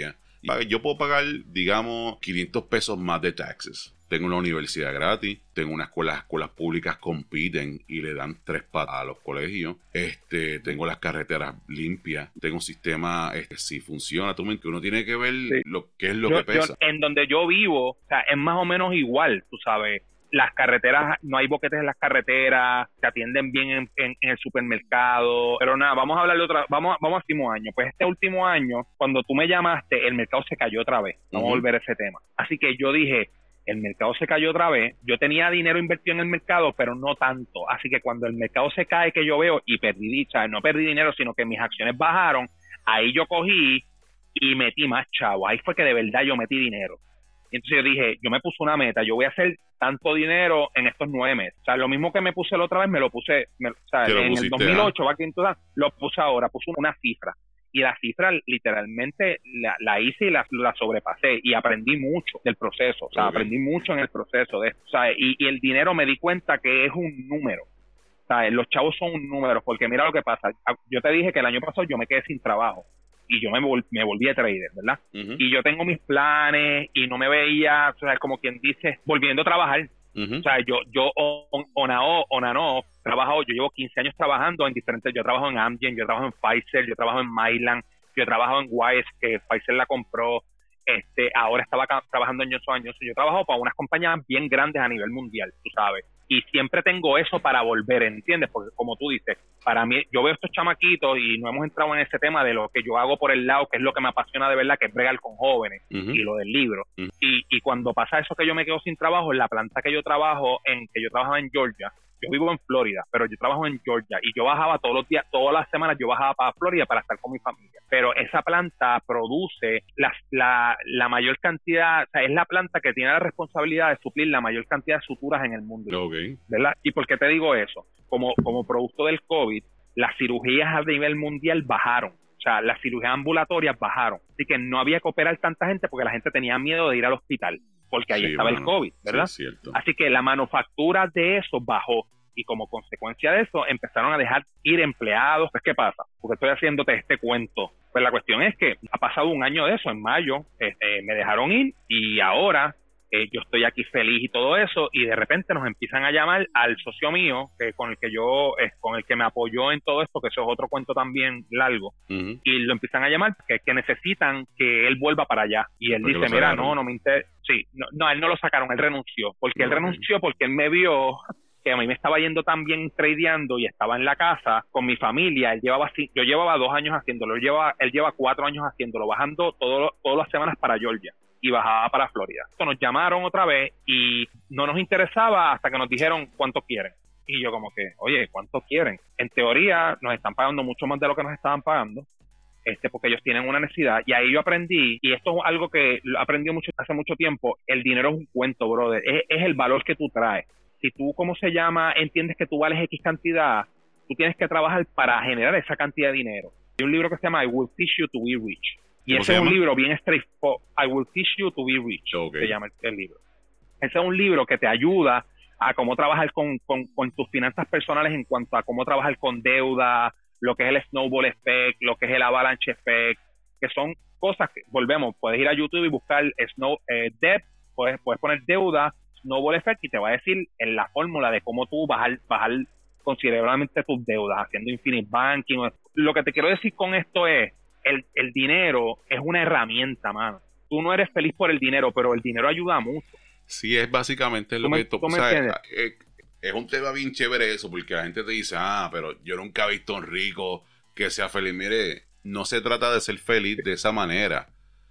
Yo puedo pagar, digamos, quinientos pesos más de taxes. Tengo una universidad gratis, tengo unas escuelas, escuelas públicas compiten y le dan tres patas a los colegios. Este, tengo las carreteras limpias, tengo un sistema, este, si funciona, tú ves que uno tiene que ver sí. lo que es lo yo, que pesa. Yo, en donde yo vivo, o sea, es más o menos igual, tú sabes. Las carreteras, no hay boquetes en las carreteras, te atienden bien en, en, en el supermercado, pero nada, vamos a hablar de otra, vamos, vamos al último año. Pues este último año, cuando tú me llamaste, el mercado se cayó otra vez. Vamos uh-huh. a volver a ese tema. Así que yo dije, el mercado se cayó otra vez, yo tenía dinero invertido en el mercado, pero no tanto. Así que cuando el mercado se cae, que yo veo, y perdí, o sea, no perdí dinero, sino que mis acciones bajaron, ahí yo cogí y metí más chavo. Ahí fue que de verdad yo metí dinero. Y entonces yo dije, yo me puse una meta, yo voy a hacer tanto dinero en estos nueve meses. O sea, lo mismo que me puse la otra vez, me lo puse, me, o sea, en pusiste, el dos mil ocho, ¿eh? Entonces, lo puse ahora, puse una cifra. Y la cifra literalmente la, la hice y la, la sobrepasé y aprendí mucho del proceso. O sea, okay. aprendí mucho en el proceso de esto. O sea, y, y el dinero me di cuenta que es un número. O sea, los chavos son un número, porque mira lo que pasa. Yo te dije que el año pasado yo me quedé sin trabajo. Y yo me, vol- me volví a trader, ¿verdad? Uh-huh. Y yo tengo mis planes y no me veía, o sea, como quien dice, volviendo a trabajar. Uh-huh. O sea, yo, yo, on, on a off, on and off, trabajado, yo llevo quince años trabajando en diferentes, yo trabajo en Amgen, yo trabajo en Pfizer, yo trabajo en Mylan, yo trabajo en Wise, que Pfizer la compró, este, ahora estaba ca- trabajando en Johnson and Johnson. Yo trabajo para unas compañías bien grandes a nivel mundial, tú sabes. Y siempre tengo eso para volver, ¿entiendes? Porque como tú dices, para mí, yo veo estos chamaquitos y no hemos entrado en ese tema de lo que yo hago por el lado, que es lo que me apasiona de verdad, que es bregar con jóvenes uh-huh. y lo del libro. Uh-huh. Y, y cuando pasa eso que yo me quedo sin trabajo, en la planta que yo trabajo, en que yo trabajaba en Georgia, yo vivo en Florida, pero yo trabajo en Georgia y yo bajaba todos los días, todas las semanas yo bajaba para Florida para estar con mi familia. Pero esa planta produce la, la, la mayor cantidad, o sea, es la planta que tiene la responsabilidad de suplir la mayor cantidad de suturas en el mundo. Okay. ¿Verdad? ¿Y por qué te digo eso? Como, como producto del COVID, las cirugías a nivel mundial bajaron. O sea, las cirugías ambulatorias bajaron. Así que no había que operar tanta gente porque la gente tenía miedo de ir al hospital. Porque ahí sí, estaba bueno, el COVID, ¿verdad? Sí, es cierto. Así que la manufactura de eso bajó y como consecuencia de eso empezaron a dejar ir empleados. Pues, ¿qué pasa? Porque estoy haciéndote este cuento. Pues la cuestión es que ha pasado un año de eso, en mayo, eh, eh, me dejaron ir y ahora eh, yo estoy aquí feliz y todo eso y de repente nos empiezan a llamar al socio mío, que con el que yo, eh, con el que me apoyó en todo esto, que eso es otro cuento también largo, uh-huh. y lo empiezan a llamar que, que necesitan que él vuelva para allá. Y él dice, mira, no, no me interesa. Sí, no, no, él no lo sacaron, él renunció. Porque okay. él renunció porque él me vio que a mí me estaba yendo tan bien tradeando y estaba en la casa con mi familia. Él llevaba, yo llevaba dos años haciéndolo, él lleva, él lleva cuatro años haciéndolo, bajando todo, todas las semanas para Georgia y bajaba para Florida. Entonces nos llamaron otra vez y no nos interesaba hasta que nos dijeron cuánto quieren. Y yo como que, oye, ¿cuánto quieren? En teoría nos están pagando mucho más de lo que nos estaban pagando. Este, porque ellos tienen una necesidad, y ahí yo aprendí, y esto es algo que aprendí mucho hace mucho tiempo, el dinero es un cuento, brother, es, es el valor que tú traes. Si tú, ¿cómo se llama?, entiendes que tú vales X cantidad, tú tienes que trabajar para generar esa cantidad de dinero. Hay un libro que se llama I Will Teach You to Be Rich, y ese es un libro bien straightforward, I Will Teach You to Be Rich, okay. se llama el, el libro. Ese es un libro que te ayuda a cómo trabajar con, con, con tus finanzas personales en cuanto a cómo trabajar con deuda, lo que es el snowball effect, lo que es el avalanche effect, que son cosas que, volvemos, puedes ir a YouTube y buscar snow eh, debt, puedes, puedes poner deuda, snowball effect, y te va a decir en la fórmula de cómo tú bajar, bajar considerablemente tus deudas, haciendo infinite banking. Lo que te quiero decir con esto es, el, el dinero es una herramienta, mano. Tú no eres feliz por el dinero, pero el dinero ayuda mucho. Sí, es básicamente lo me, que tú, ¿tú o me sea, entiendes? Es, es un tema bien chévere eso, porque la gente te dice, ah, pero yo nunca he visto a un rico que sea feliz. Mire, no se trata de ser feliz de esa manera.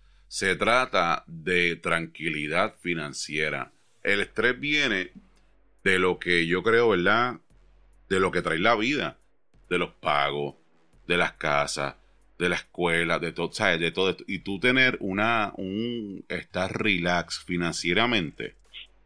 Se trata de tranquilidad financiera. El estrés viene de lo que yo creo, ¿verdad? De lo que trae la vida. De los pagos, de las casas, de la escuela, de todo, ¿sabes? De todo esto. Y tú tener una, un, estar relax financieramente,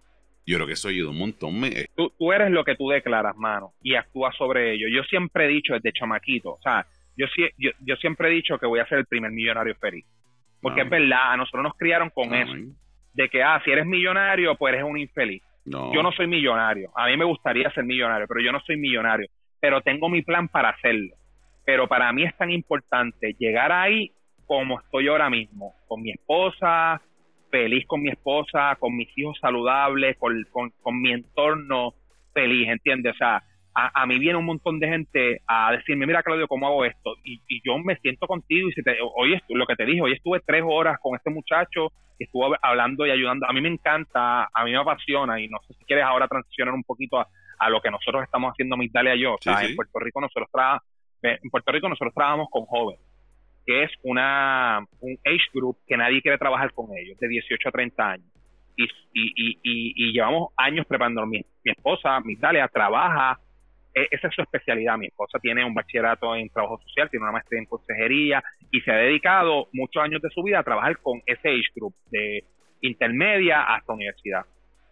yo creo que eso ayuda un montón. Me... Tú, tú eres lo que tú declaras, mano, y actúas sobre ello. Yo siempre he dicho desde chamaquito, o sea, yo, yo, yo siempre he dicho que voy a ser el primer millonario feliz. Porque no. es verdad, a nosotros nos criaron con no. eso. De que, ah, si eres millonario, pues eres un infeliz. No. Yo no soy millonario. A mí me gustaría ser millonario, pero yo no soy millonario. Pero tengo mi plan para hacerlo. Pero para mí es tan importante llegar ahí como estoy ahora mismo, con mi esposa, feliz con mi esposa, con mis hijos saludables, con, con, con mi entorno feliz, ¿entiendes? O sea, a, a mí viene un montón de gente a decirme, mira, Claudio, ¿cómo hago esto? Y, y yo me siento contigo y si te, hoy estu- lo que te dije, hoy estuve tres horas con este muchacho y estuve hablando y ayudando. A mí me encanta, a mí me apasiona y no sé si quieres ahora transicionar un poquito a, a lo que nosotros estamos haciendo, Migdalia y yo. O sea, Sí, sí. en Puerto Rico nosotros tra- en Puerto Rico nosotros trabajamos con jóvenes, que es una un age group que nadie quiere trabajar con ellos, de dieciocho a treinta años. Y, y, y, y, y llevamos años preparando. Mi, mi esposa, Migdalia, trabaja, eh, esa es su especialidad. Mi esposa tiene un bachillerato en trabajo social, tiene una maestría en consejería y se ha dedicado muchos años de su vida a trabajar con ese age group, de intermedia hasta universidad.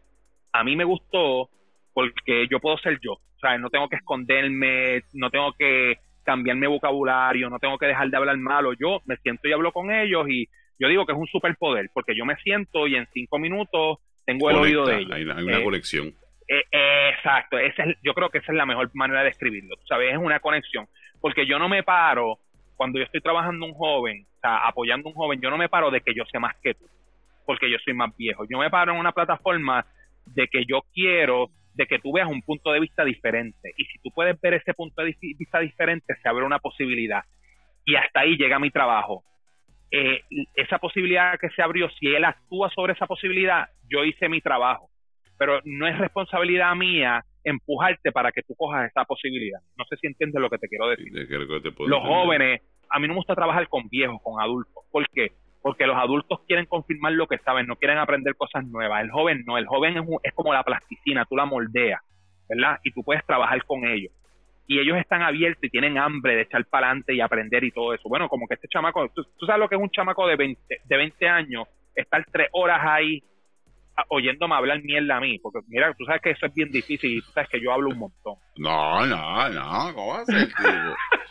A mí me gustó porque yo puedo ser yo, o sea, no tengo que esconderme, no tengo que cambiar mi vocabulario, no tengo que dejar de hablar malo. Yo me siento y hablo con ellos y yo digo que es un superpoder, porque yo me siento y en cinco minutos tengo el Conecta, oído de ellos. hay, hay una eh, conexión. Eh, eh, exacto, esa es, yo creo que esa es la mejor manera de describirlo, ¿sabes? Es una conexión, porque yo no me paro cuando yo estoy trabajando un joven, o sea, apoyando a un joven, yo no me paro de que yo sé más que tú, porque yo soy más viejo. Yo me paro en una plataforma de que yo quiero de que tú veas un punto de vista diferente, y si tú puedes ver ese punto de vista diferente, se abre una posibilidad, y hasta ahí llega mi trabajo. Eh, esa posibilidad que se abrió, si él actúa sobre esa posibilidad, yo hice mi trabajo, pero no es responsabilidad mía empujarte para que tú cojas esa posibilidad. No sé si entiendes lo que te quiero decir. Sí, creo que te puedo Los entender. jóvenes, a mí no me gusta trabajar con viejos, con adultos. ¿Por qué? Porque los adultos quieren confirmar lo que saben, no quieren aprender cosas nuevas. El joven no, el joven es, un, es como la plasticina, tú la moldeas, ¿verdad? Y tú puedes trabajar con ellos. Y ellos están abiertos y tienen hambre de echar para adelante y aprender y todo eso. Bueno, como que este chamaco, tú, tú sabes lo que es un chamaco de veinte, de veinte años, estar tres horas ahí oyéndome hablar mierda a mí, porque mira, tú sabes que eso es bien difícil y tú sabes que yo hablo un montón. No, no, no, ¿cómo va a ser, tipo?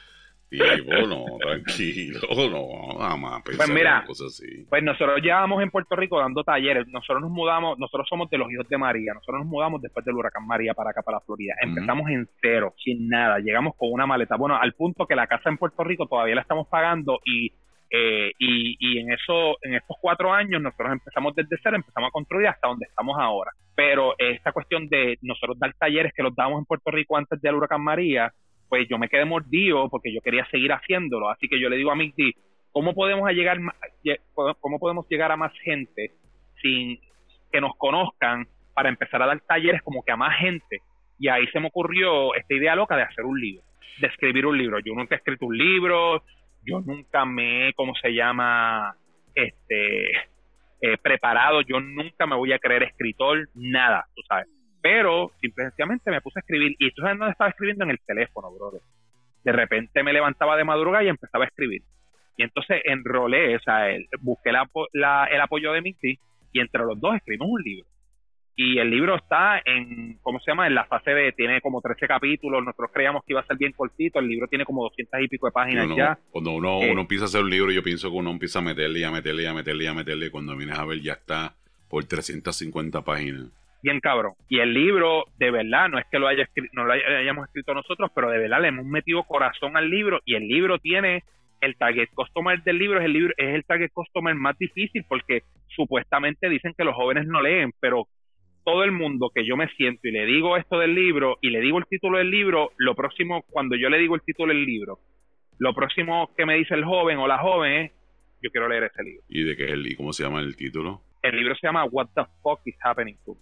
Tipo, no, tranquilo, no, nada más pensar Pues mira, en cosas así. Pues nosotros llevamos en Puerto Rico dando talleres. Nosotros nos mudamos, nosotros somos de los hijos de María. Nosotros nos mudamos después del huracán María para acá, para Florida. Empezamos uh-huh. en cero, sin nada. Llegamos con una maleta. Bueno, al punto que la casa en Puerto Rico todavía la estamos pagando y eh, y, y en eso, en estos cuatro años nosotros empezamos desde cero, empezamos a construir hasta donde estamos ahora. Pero esta cuestión de nosotros dar talleres que los dábamos en Puerto Rico antes del huracán María, pues yo me quedé mordido porque yo quería seguir haciéndolo. Así que yo le digo a Migdi, ¿cómo podemos llegar, cómo podemos llegar a más gente sin que nos conozcan para empezar a dar talleres como que a más gente? Y ahí se me ocurrió esta idea loca de hacer un libro, de escribir un libro. Yo nunca he escrito un libro, yo nunca me, ¿cómo se llama? Este, eh, preparado, yo nunca me voy a creer escritor, nada, tú sabes. Pero simplemente me puse a escribir, y tú sabes dónde estaba escribiendo, en el teléfono, brother. De repente me levantaba de madrugada y empezaba a escribir. Y entonces enrolé, o sea, el, busqué la, la, el apoyo de Mixi, y entre los dos escribimos un libro. Y el libro está en, ¿cómo se llama? En la fase de, tiene como trece capítulos. Nosotros creíamos que iba a ser bien cortito. El libro tiene como doscientas y pico de páginas uno, ya. Cuando uno, eh, uno empieza a hacer un libro, yo pienso que uno empieza a meterle y a meterle y a meterle y a meterle. Y cuando vienes a ver, ya está por trescientas cincuenta páginas. Bien cabrón. Y el libro, de verdad, no es que lo, haya escri- no lo hayamos escrito nosotros, pero de verdad le hemos metido corazón al libro. Y el libro tiene, el target customer del libro es el libro es el target customer más difícil, porque supuestamente dicen que los jóvenes no leen, pero todo el mundo que yo me siento y le digo esto del libro y le digo el título del libro, lo próximo, cuando yo le digo el título del libro, lo próximo que me dice el joven o la joven es, yo quiero leer ese libro. ¿Y de qué es el, y cómo se llama el título? El libro se llama What the Fuck is Happening to Me.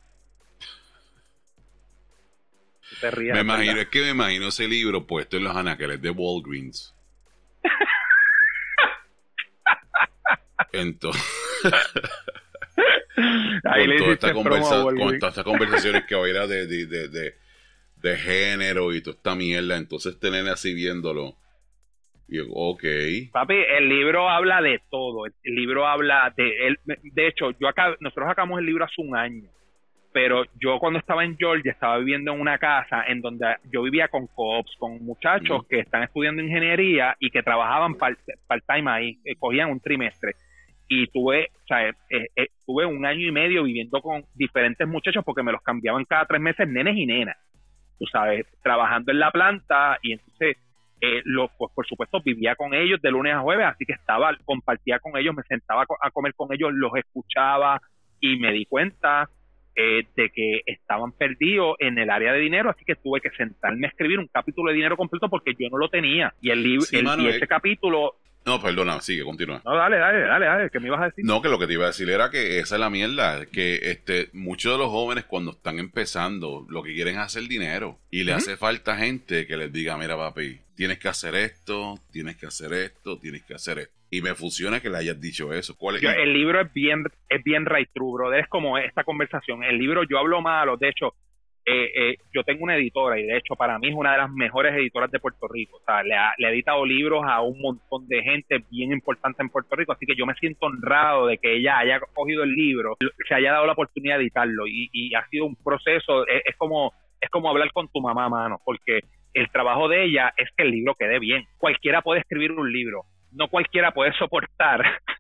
Te rías, me imagino, ¿verdad? es que me imagino ese libro puesto en los anaqueles de Walgreens. Entonces, Ahí con, le toda hiciste esta promo conversa, a Walgreens. con todas estas conversaciones que hubiera de, de, de, de, de género y toda esta mierda, entonces tener así viéndolo. Y yo, ok. Papi, el libro habla de todo. El libro habla de él. De hecho, yo acá, nosotros sacamos el libro hace un año. Pero yo cuando estaba en Georgia estaba viviendo en una casa en donde yo vivía con co-ops, con muchachos uh-huh. que están estudiando ingeniería y que trabajaban part, part-time ahí, eh, cogían un trimestre. Y tuve, o sea, eh, eh, tuve un año y medio viviendo con diferentes muchachos porque me los cambiaban cada tres meses, nenes y nenas. Tú sabes, trabajando en la planta, y entonces eh, lo, pues por supuesto vivía con ellos de lunes a jueves, así que estaba, compartía con ellos, me sentaba a comer con ellos, los escuchaba y me di cuenta eh, de que estaban perdidos en el área de dinero, así que tuve que sentarme a escribir un capítulo de dinero completo porque yo no lo tenía y el libro Sí, el, mano, y eh. ese capítulo. No, perdona, sigue, continúa. No, dale, dale, dale, dale, ¿qué me ibas a decir? No, que lo que te iba a decir era que esa es la mierda, que este muchos de los jóvenes cuando están empezando lo que quieren es hacer dinero y le ¿Mm? hace falta gente que les diga, mira papi, tienes que hacer esto, tienes que hacer esto, tienes que hacer esto. Y me funciona que le hayas dicho eso. ¿Cuál es? Yo, el libro es bien es bien right true, brother, es como esta conversación. El libro yo hablo malo, de hecho, Eh, eh, yo tengo una editora y de hecho para mí es una de las mejores editoras de Puerto Rico, o sea, le ha, le ha editado libros a un montón de gente bien importante en Puerto Rico, así que yo me siento honrado de que ella haya cogido el libro, se haya dado la oportunidad de editarlo y, y ha sido un proceso, es, es como es como hablar con tu mamá, mano, porque el trabajo de ella es que el libro quede bien. Cualquiera puede escribir un libro, no cualquiera puede soportar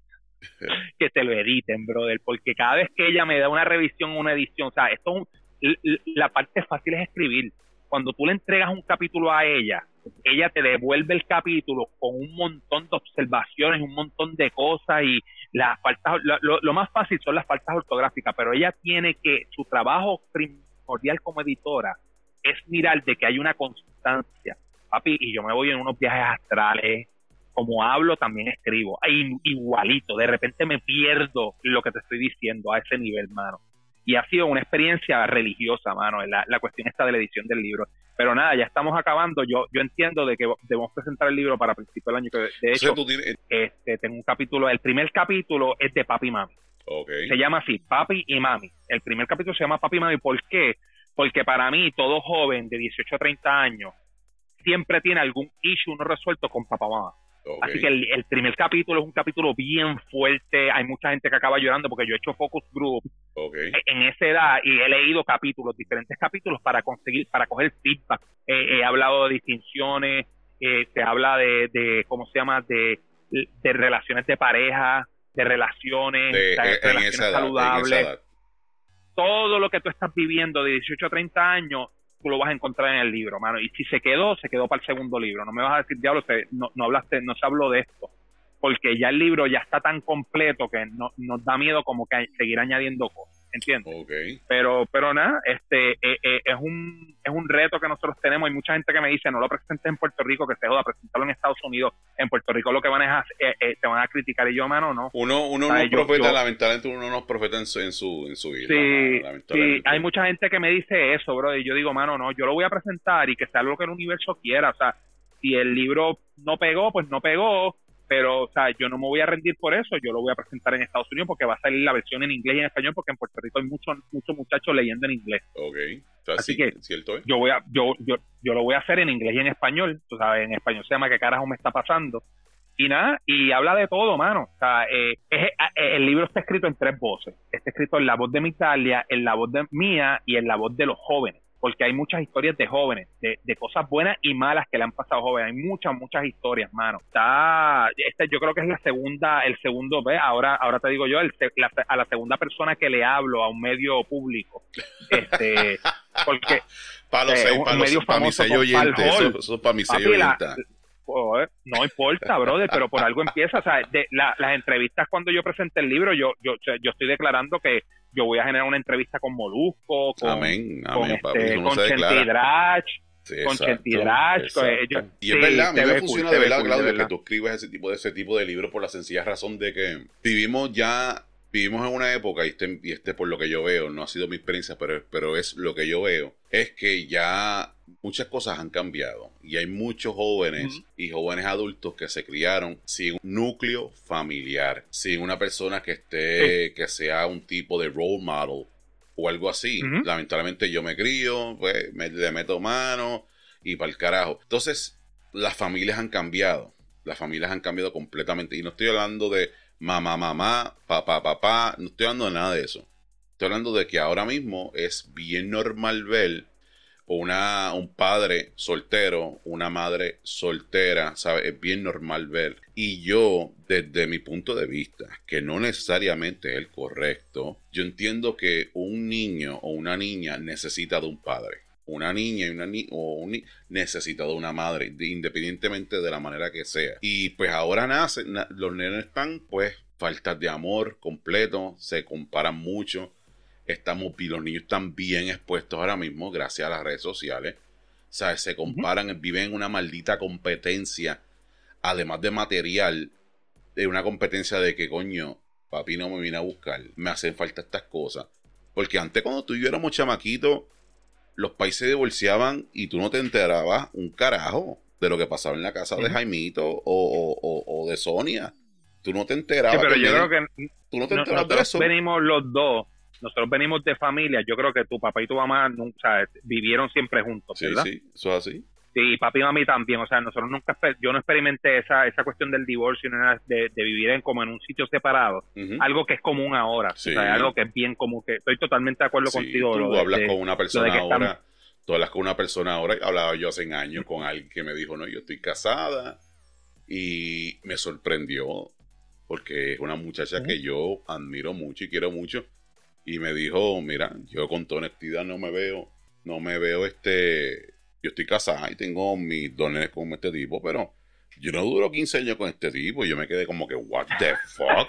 que te lo editen, brother, porque cada vez que ella me da una revisión o una edición, o sea, esto es un la parte fácil es escribir. Cuando tú le entregas un capítulo a ella, ella te devuelve el capítulo con un montón de observaciones, un montón de cosas y las faltas, lo, lo, lo más fácil son las faltas ortográficas, pero ella tiene que, su trabajo primordial como editora es mirar de que hay una constancia. Papi, y yo me voy en unos viajes astrales, como hablo también escribo, igualito, de repente me pierdo lo que te estoy diciendo a ese nivel, mano. Y ha sido una experiencia religiosa, mano, la, la cuestión esta de la edición del libro. Pero nada, ya estamos acabando. Yo yo entiendo de que debemos presentar el libro para principios del año. Que de hecho, ¿tú tienes... este, tengo un capítulo, el primer capítulo es de Papi y Mami. Okay. Se llama así, Papi y Mami. El primer capítulo se llama Papi y Mami. ¿Por qué? Porque para mí, todo joven de dieciocho a treinta años siempre tiene algún issue no resuelto con papá o mamá. Okay. Así que el, el primer capítulo es un capítulo bien fuerte. Hay mucha gente que acaba llorando porque yo he hecho focus group okay. en esa edad y he leído capítulos, diferentes capítulos para conseguir, para coger feedback. Eh, he hablado de distinciones, eh, se habla de, de, ¿cómo se llama? De, de relaciones de pareja, de relaciones, de, de, de relaciones esa edad, saludables. Todo lo que tú estás viviendo de dieciocho a treinta años, tú lo vas a encontrar en el libro, mano. Y si se quedó, se quedó para el segundo libro. No me vas a decir, diablo, se, no, no hablaste, no se habló de esto. Porque ya el libro ya está tan completo que no, nos da miedo como que seguir añadiendo cosas, ¿entiendes? Okay. Pero, pero nada, este, eh, eh, es un, es un reto que nosotros tenemos. Hay mucha gente que me dice, no lo presentes en Puerto Rico, que se joda, presentarlo en Estados Unidos. En Puerto Rico lo que van a hacer, eh, eh, te van a criticar. Y yo, mano, no. Uno, uno no es profeta, lamentablemente uno no es profeta en su, en su, en su vida. Sí, mano, sí, hay mucha gente que me dice eso, bro, y yo digo, mano, no, yo lo voy a presentar y que sea lo que el universo quiera. O sea, si el libro no pegó, pues no pegó. Pero, o sea, yo no me voy a rendir por eso, yo lo voy a presentar en Estados Unidos porque va a salir la versión en inglés y en español porque en Puerto Rico hay muchos muchos muchachos leyendo en inglés. Ok, o sea, así sí, que cierto, ¿eh? yo voy a yo, yo yo lo voy a hacer en inglés y en español, tú sabes, en español se llama ¿Qué carajo me está pasando? Y nada, y habla de todo, mano. O sea, eh, es, eh, el libro está escrito en tres voces. Está escrito en la voz de mi Italia, en la voz de mía y en la voz de los jóvenes. Porque hay muchas historias de jóvenes, de, de cosas buenas y malas que le han pasado a jóvenes. Hay muchas, muchas historias, mano. Está, este, yo creo que es la segunda, el segundo, ¿ves? Ahora, ahora te digo yo, el, la, a la segunda persona que le hablo a un medio público. Este, porque para los, eh, un, un los, medio para famoso mi sello oyente, eso, eso para mi sello oyente. Pues, no importa, brother, pero por algo empieza. O sea, de, la, las entrevistas cuando yo presenté el libro, yo, yo, yo estoy declarando que yo voy a generar una entrevista con Molusco, con, amén, con, amén, este, con Chenti Drach, sí, con Chenti Drach. Con ellos. Y es sí, verdad, a mí me funciona cool, de verdad, cool, Claudio, de verdad. que tú escribes ese tipo de ese tipo de libros por la sencilla razón de que vivimos ya, vivimos en una época, y este, y este por lo que yo veo, no ha sido mi experiencia, pero, pero es lo que yo veo, es que ya muchas cosas han cambiado y hay muchos jóvenes uh-huh. y jóvenes adultos que se criaron sin un núcleo familiar, sin una persona que esté, sí. que sea un tipo de role model o algo así. Uh-huh. Lamentablemente yo me crío, pues me, le meto mano y para el carajo. Entonces, las familias han cambiado, las familias han cambiado completamente y no estoy hablando de mamá, mamá, papá, papá, no estoy hablando de nada de eso. Estoy hablando de que ahora mismo es bien normal ver una, un padre soltero, una madre soltera, ¿sabes? Es bien normal ver. Y yo, desde mi punto de vista, que no necesariamente es el correcto, yo entiendo que un niño o una niña necesita de un padre. una niña y una ni o un ni necesita de una madre, de, independientemente de la manera que sea. Y pues ahora nacen, na los nenes están, pues, faltas de amor completo, se comparan mucho. Estamos, y los niños están bien expuestos ahora mismo, gracias a las redes sociales. O sea, se comparan, uh-huh. viven en una maldita competencia, además de material, de una competencia de que, coño, papi no me viene a buscar, me hacen falta estas cosas. Porque antes, cuando tú y yo éramos chamaquitos, los pais se divorciaban y tú no te enterabas un carajo de lo que pasaba en la casa uh-huh. de Jaimito o, o, o, o de Sonia. Tú no te enterabas. Sí, pero yo creo que tú no te no, enterabas de eso. Venimos los dos, nosotros venimos de familia. Yo creo que tu papá y tu mamá nunca, o sea, vivieron siempre juntos, ¿verdad? Sí, sí, eso es así. Sí, papi y mami también, o sea, nosotros nunca, yo no experimenté esa esa cuestión del divorcio, de, de vivir en como en un sitio separado, uh-huh. algo que es común ahora, sí. o sea, algo que es bien común, que estoy totalmente de acuerdo sí, contigo. Tú lo hablas de, con una persona ahora, están... tú hablas con una persona ahora, hablaba yo hace años con alguien que me dijo, no, yo estoy casada, y me sorprendió, porque es una muchacha uh-huh. que yo admiro mucho y quiero mucho, y me dijo, mira, yo con toda honestidad no me veo, no me veo este... Yo estoy casada y tengo mis dones con este tipo, pero yo no duro quince años con este tipo. Y yo me quedé como que, what the fuck?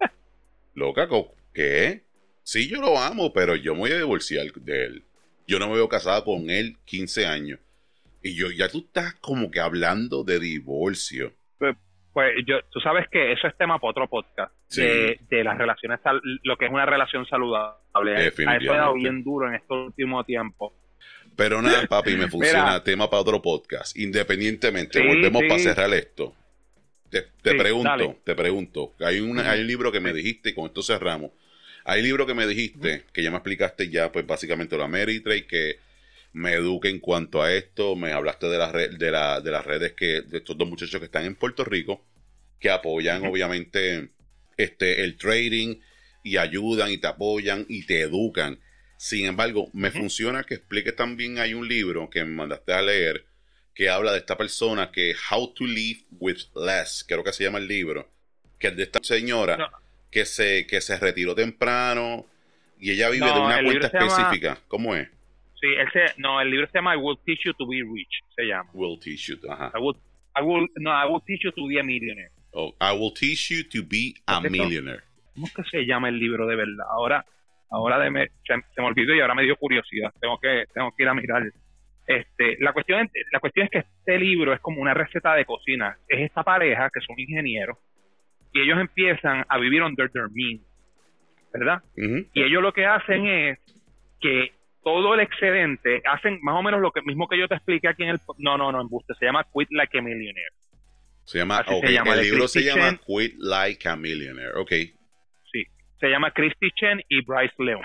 Loca, ¿qué? Sí, yo lo amo, pero yo me voy a divorciar de él. Yo no me veo casada con él quince años. Y yo, ya tú estás como que hablando de divorcio. Pues, pues yo, tú sabes que eso es tema para otro podcast. Sí. De, de las relaciones, lo que es una relación saludable. A eso he dado bien duro en estos últimos tiempos. Pero nada, papi, me funciona. Mira, tema para otro podcast. Independientemente, sí, volvemos sí. para cerrar esto. Te, te sí, pregunto, dale. te pregunto. Hay, una, hay un libro que me dijiste, y con esto cerramos. Hay un libro que me dijiste, que ya me explicaste ya, pues básicamente lo Ameritrade, que me eduque en cuanto a esto. Me hablaste de las red, de, la, de las redes que, de estos dos muchachos que están en Puerto Rico, que apoyan, uh-huh. obviamente, este, el trading, y ayudan, y te apoyan, y te educan. Sin embargo, me uh-huh. funciona que expliques también, hay un libro que me mandaste a leer que habla de esta persona que How to Live with Less, creo que se llama el libro, que es de esta señora no. que se que se retiró temprano y ella vive no, de una cuenta específica. Llama... ¿Cómo es? Sí, él se... no, el libro se llama I Will Teach You to Be Rich, se llama. Will Teach You, ajá. I will, I will, no, I Will Teach You to Be a Millionaire. Oh, I Will Teach You to Be a Millionaire. ¿Cómo es que se llama el libro de verdad? Ahora... Ahora de me, se, se me olvidó y ahora me dio curiosidad. Tengo que tengo que ir a mirar. Este, la cuestión la cuestión es que este libro es como una receta de cocina. Es esta pareja que son ingenieros y ellos empiezan a vivir under their means, ¿verdad? Uh-huh. Y ellos lo que hacen es que todo el excedente hacen más o menos lo que mismo que yo te expliqué aquí en el no no no embuste, se llama Quit Like a Millionaire. Se llama okay. se llama, el libro se llama Quit Like a Millionaire. Okay. Se llama Christy Chen y Bryce Leon.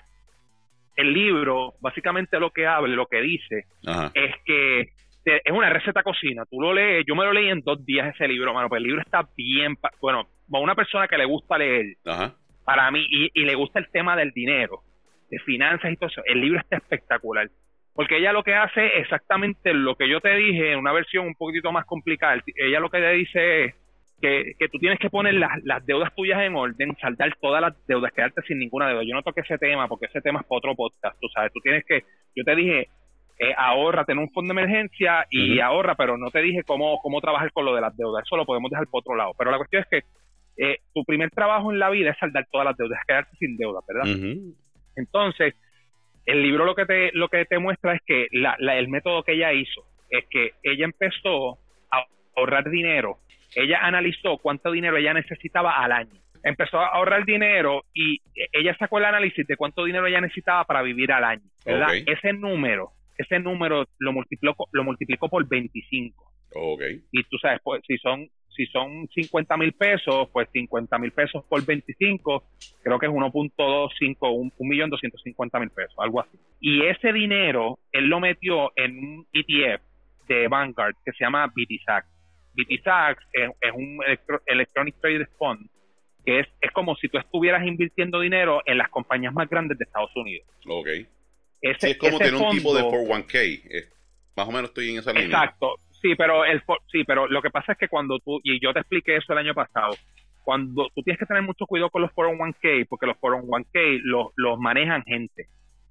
El libro, básicamente lo que habla, lo que dice, Ajá. es que te, es una receta cocina. Tú lo lees, yo me lo leí en dos días ese libro, mano, pues el libro está bien, bueno, para una persona que le gusta leer, Ajá. para mí, y, y le gusta el tema del dinero, de finanzas y todo eso, el libro está espectacular. Porque ella lo que hace es exactamente lo que yo te dije, en una versión un poquitito más complicada. Ella lo que le dice es, Que, que tú tienes que poner las, las deudas tuyas en orden, saldar todas las deudas, quedarte sin ninguna deuda. Yo no toqué ese tema porque ese tema es para otro podcast, tú sabes. Tú tienes que, yo te dije, eh, ahorra, tener un fondo de emergencia y uh-huh. ahorra, pero no te dije cómo, cómo trabajar con lo de las deudas. Eso lo podemos dejar por otro lado. Pero la cuestión es que eh, tu primer trabajo en la vida es saldar todas las deudas, quedarte sin deuda, ¿verdad? Uh-huh. Entonces, el libro lo que te, lo que te muestra es que la, la, el método que ella hizo es que ella empezó a ahorrar dinero. Ella analizó cuánto dinero ella necesitaba al año. Empezó a ahorrar dinero y ella sacó el análisis de cuánto dinero ella necesitaba para vivir al año, ¿verdad? Okay. Ese número, ese número lo multiplicó, lo multiplicó por veinticinco. Okay. Y tú sabes, pues, si son si son cincuenta mil pesos, pues cincuenta mil pesos por veinticinco, creo que es uno punto veinticinco, un millón doscientos cincuenta mil pesos, algo así. Y ese dinero, él lo metió en un E T F de Vanguard que se llama B T S A C. B T S A C es, es un electro, Electronic Trade Fund, que es, es como si tú estuvieras invirtiendo dinero en las compañías más grandes de Estados Unidos. Ok. Ese, sí, es como tener fondo, un tipo de cuatro uno K. Es, más o menos estoy en esa línea. Exacto. Sí, pero el sí, pero lo que pasa es que cuando tú, y yo te expliqué eso el año pasado, cuando tú tienes que tener mucho cuidado con los cuatro oh one K, porque los cuatro oh one K los, los manejan gente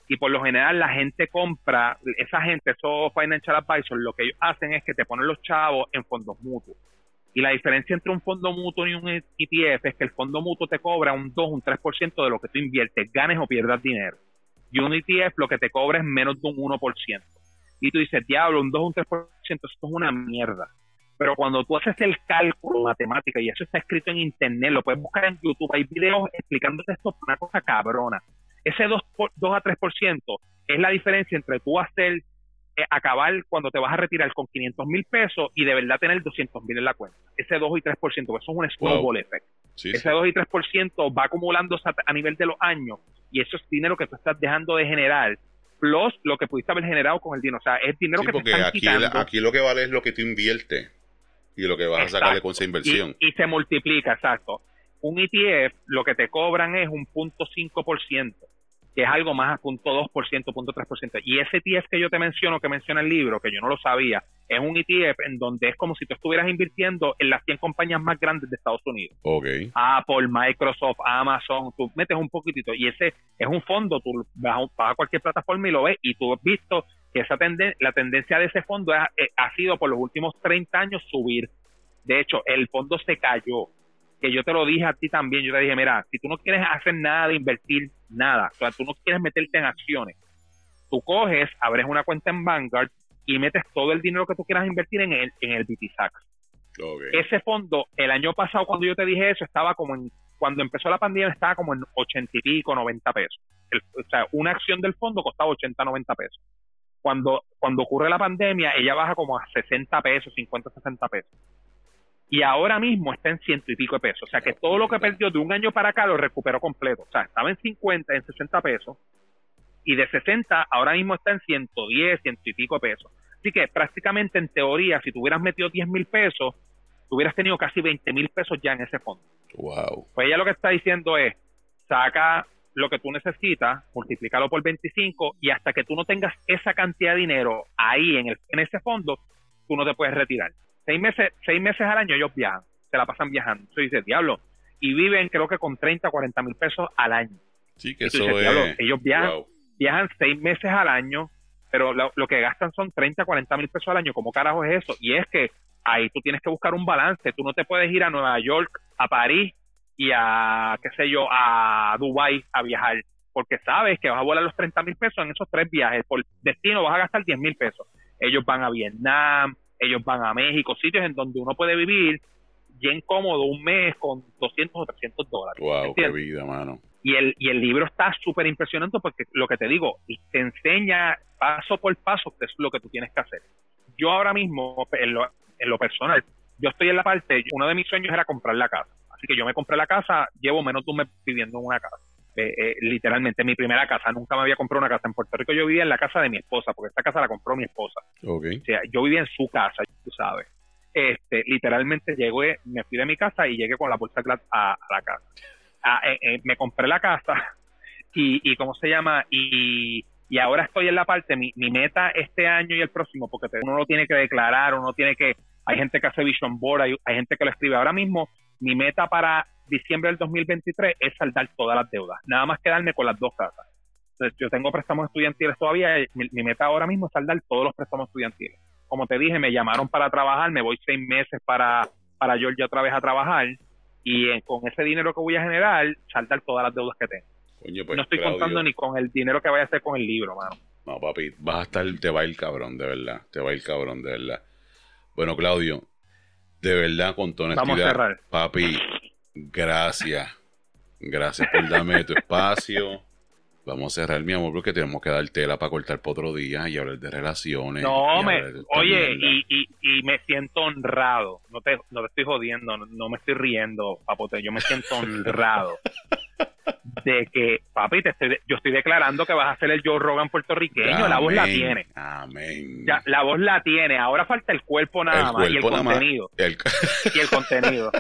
y por lo general la gente compra, esa gente, esos financial advisors, lo que ellos hacen es que te ponen los chavos en fondos mutuos. Y la diferencia entre un fondo mutuo y un E T F es que el fondo mutuo te cobra un dos, un tres por ciento de lo que tú inviertes, ganes o pierdas dinero. Y un E T F lo que te cobra es menos de un uno por ciento. Y tú dices, diablo, un dos, un tres por ciento, esto es una mierda. Pero cuando tú haces el cálculo matemática, y eso está escrito en internet, lo puedes buscar en YouTube, hay videos explicándote esto, una cosa cabrona. Ese dos, dos a tres por ciento es la diferencia entre tú hacer, eh, acabar cuando te vas a retirar con quinientos mil pesos y de verdad tener doscientos mil en la cuenta. Ese dos y tres por ciento, eso es un snowball wow. effect. Sí, Ese sí. dos y tres por ciento va acumulándose a, a nivel de los años y eso es dinero que tú estás dejando de generar, plus lo que pudiste haber generado con el dinero. O sea, es dinero sí, que porque te están aquí, quitando. aquí lo que vale es lo que tú inviertes y lo que vas exacto. a sacarle con esa inversión. Y, y se multiplica, exacto. Un E T F lo que te cobran es un punto cinco por ciento, que es algo más a punto dos por ciento, punto tres por ciento. Y ese E T F que yo te menciono, que menciona el libro, que yo no lo sabía, es un E T F en donde es como si tú estuvieras invirtiendo en las cien compañías más grandes de Estados Unidos. Okay. Apple, Microsoft, Amazon, tú metes un poquitito y ese es un fondo, tú vas a, vas a cualquier plataforma y lo ves y tú has visto que esa tenden- la tendencia de ese fondo ha, ha sido por los últimos treinta años subir. De hecho, el fondo se cayó, que yo te lo dije a ti también, yo te dije, mira, si tú no quieres hacer nada de invertir, nada, o sea, tú no quieres meterte en acciones, tú coges, abres una cuenta en Vanguard y metes todo el dinero que tú quieras invertir en el, en el B T S A X. Okay. Ese fondo, el año pasado cuando yo te dije eso, estaba como en, cuando empezó la pandemia estaba como en ochenta y pico, noventa pesos. El, o sea, una acción del fondo costaba ochenta, noventa pesos. Cuando, cuando ocurre la pandemia, ella baja como a sesenta pesos, cincuenta, sesenta pesos. Y ahora mismo está en ciento y pico de pesos. O sea que todo lo que perdió de un año para acá lo recuperó completo. O sea, estaba en cincuenta, en sesenta pesos. Y de sesenta ahora mismo está en ciento diez, ciento y pico de pesos. Así que prácticamente en teoría, si tú hubieras metido diez mil pesos, tú hubieras tenido casi veinte mil pesos ya en ese fondo. Wow. Pues ella lo que está diciendo es, saca lo que tú necesitas, multiplícalo por veinticinco y hasta que tú no tengas esa cantidad de dinero ahí en, el, en ese fondo, tú no te puedes retirar. Seis meses, seis meses al año ellos viajan, se la pasan viajando. Entonces dice, diablo, y viven creo que con treinta, cuarenta mil pesos al año. Sí, que y eso dices, es... diablo, ellos viajan, wow. viajan seis meses al año, pero lo, lo que gastan son treinta, cuarenta mil pesos al año. ¿Cómo carajo es eso? Y es que ahí tú tienes que buscar un balance. Tú no te puedes ir a Nueva York, a París y a, qué sé yo, a Dubái a viajar, porque sabes que vas a volar los treinta mil pesos en esos tres viajes. Por destino vas a gastar diez mil pesos. Ellos van a Vietnam, ellos van a México, sitios en donde uno puede vivir bien cómodo un mes con doscientos o trescientos dólares. Wow, ¿entiendes? qué vida, mano. Y el, y el libro está súper impresionante porque lo que te digo, te enseña paso por paso qué es lo que tú tienes que hacer. Yo ahora mismo, en lo, en lo personal, yo estoy en la parte, uno de mis sueños era comprar la casa. Así que yo me compré la casa, llevo menos de un mes viviendo en una casa. Eh, eh, literalmente, mi primera casa, nunca me había comprado una casa. En Puerto Rico yo vivía en la casa de mi esposa, porque esta casa la compró mi esposa. Okay. O sea, yo vivía en su casa, tú sabes. Este, literalmente llegué, me fui de mi casa y llegué con la bolsa a, a la casa. Ah, eh, eh, me compré la casa y, y ¿cómo se llama? Y, y ahora estoy en la parte, mi, mi meta este año y el próximo, porque uno lo tiene que declarar, uno tiene que, hay gente que hace vision board, hay, hay gente que lo escribe. Ahora mismo, mi meta para diciembre del dos mil veintitrés es saldar todas las deudas, nada más quedarme con las dos casas. Entonces, yo tengo préstamos estudiantiles todavía, mi, mi meta ahora mismo es saldar todos los préstamos estudiantiles. Como te dije, me llamaron para trabajar, me voy seis meses para, para Georgia otra vez a trabajar, y en, con ese dinero que voy a generar, saldar todas las deudas que tengo. Coño, pues, no estoy Claudio, contando ni con el dinero que vaya a hacer con el libro, mano. No, papi, vas a estar, te va a ir cabrón, de verdad, te va a ir cabrón, de verdad. Bueno, Claudio, de verdad, con toda honestidad, vamos a cerrar. Papi, gracias, gracias por darme tu espacio. Vamos a cerrar, mi amor, porque tenemos que dar tela para cortar por otro día y hablar de relaciones. No, me, oye, y, y, y me siento honrado. No te, no te estoy jodiendo, no, no me estoy riendo, papote. Yo me siento honrado de que, papi, te estoy, yo estoy declarando que vas a ser el Joe Rogan puertorriqueño. Amén, la voz la tiene. Amén. Ya, la voz la tiene. Ahora falta el cuerpo nada el más cuerpo y el contenido. El... y el contenido.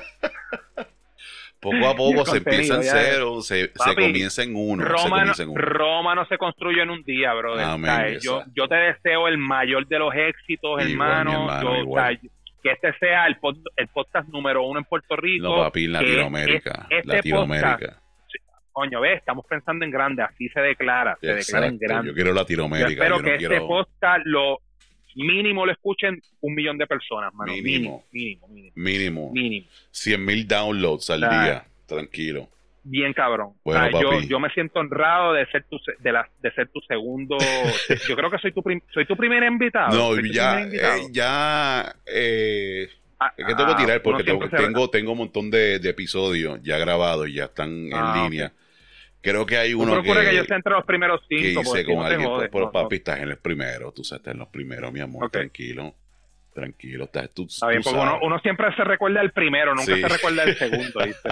Poco a poco se empieza en cero, se, papi, se comienza en uno. Roma, se no, en uno. Roma no se construye en un día, brother. Amén, yo, yo te deseo el mayor de los éxitos, igual, hermano. hermano yo, sea, que este sea el, pod, el podcast número uno en Puerto Rico. No, papi, Latinoamérica. Es, este Latinoamérica. Podcast, coño, ves, estamos pensando en grande, así se declara, se Exacto. declara en grande. Yo quiero Latinoamérica. Yo espero yo no que quiero... este podcast lo mínimo lo escuchen un millón de personas, mano. Mínimo. Mínimo, mínimo. Mínimo. Mínimo. cien mil downloads al Ah. día. Tranquilo. Bien cabrón. Bueno, Ah, yo, papi. yo me siento honrado de ser tu se- de la, de ser tu segundo. Yo creo que soy tu prim- soy tu primer invitado. No, Soy tu ya, primer invitado. eh, ya, eh, Ah, es que tengo que ah, tirar porque uno tengo, siempre se- tengo, tengo un montón de, de episodios ya grabados y ya están en Ah, línea. ok. Creo que hay Tú uno procura que, que, yo esté entre los primeros que cinco. porque hice si con no te alguien, jodes, pero no, papi, no. estás en los primeros, tú estás en los primeros, mi amor, Ok. tranquilo, tranquilo, estás, tú, Está bien, tú porque uno, sabes. uno siempre se recuerda el primero, nunca Sí. se recuerda el segundo, ¿viste?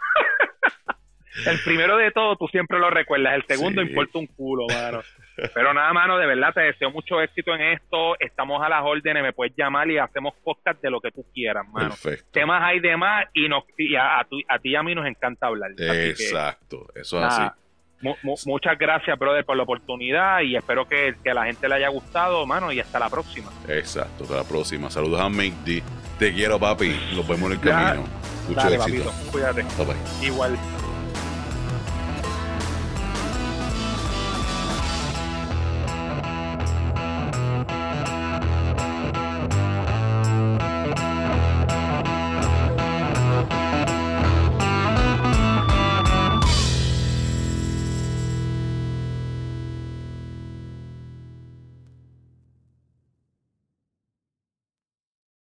El primero de todo tú siempre lo recuerdas, el segundo Sí. importa un culo, mano. Pero nada, mano, de verdad te deseo mucho éxito en esto, estamos a las órdenes, me puedes llamar y hacemos podcast de lo que tú quieras, mano. Perfecto. Temas hay de más y, nos, y a, a, tu- a ti y a mí nos encanta hablar. Así que, Exacto, eso es nada, así. mu- mu- muchas gracias, brother, por la oportunidad y espero que, que a la gente le haya gustado, mano, y hasta la próxima. Exacto, hasta la próxima. Saludos a Make D. Te quiero, papi. Nos vemos en el Ya. camino. Mucho Dale, éxito. papito, cuídate. Bye bye. Igual.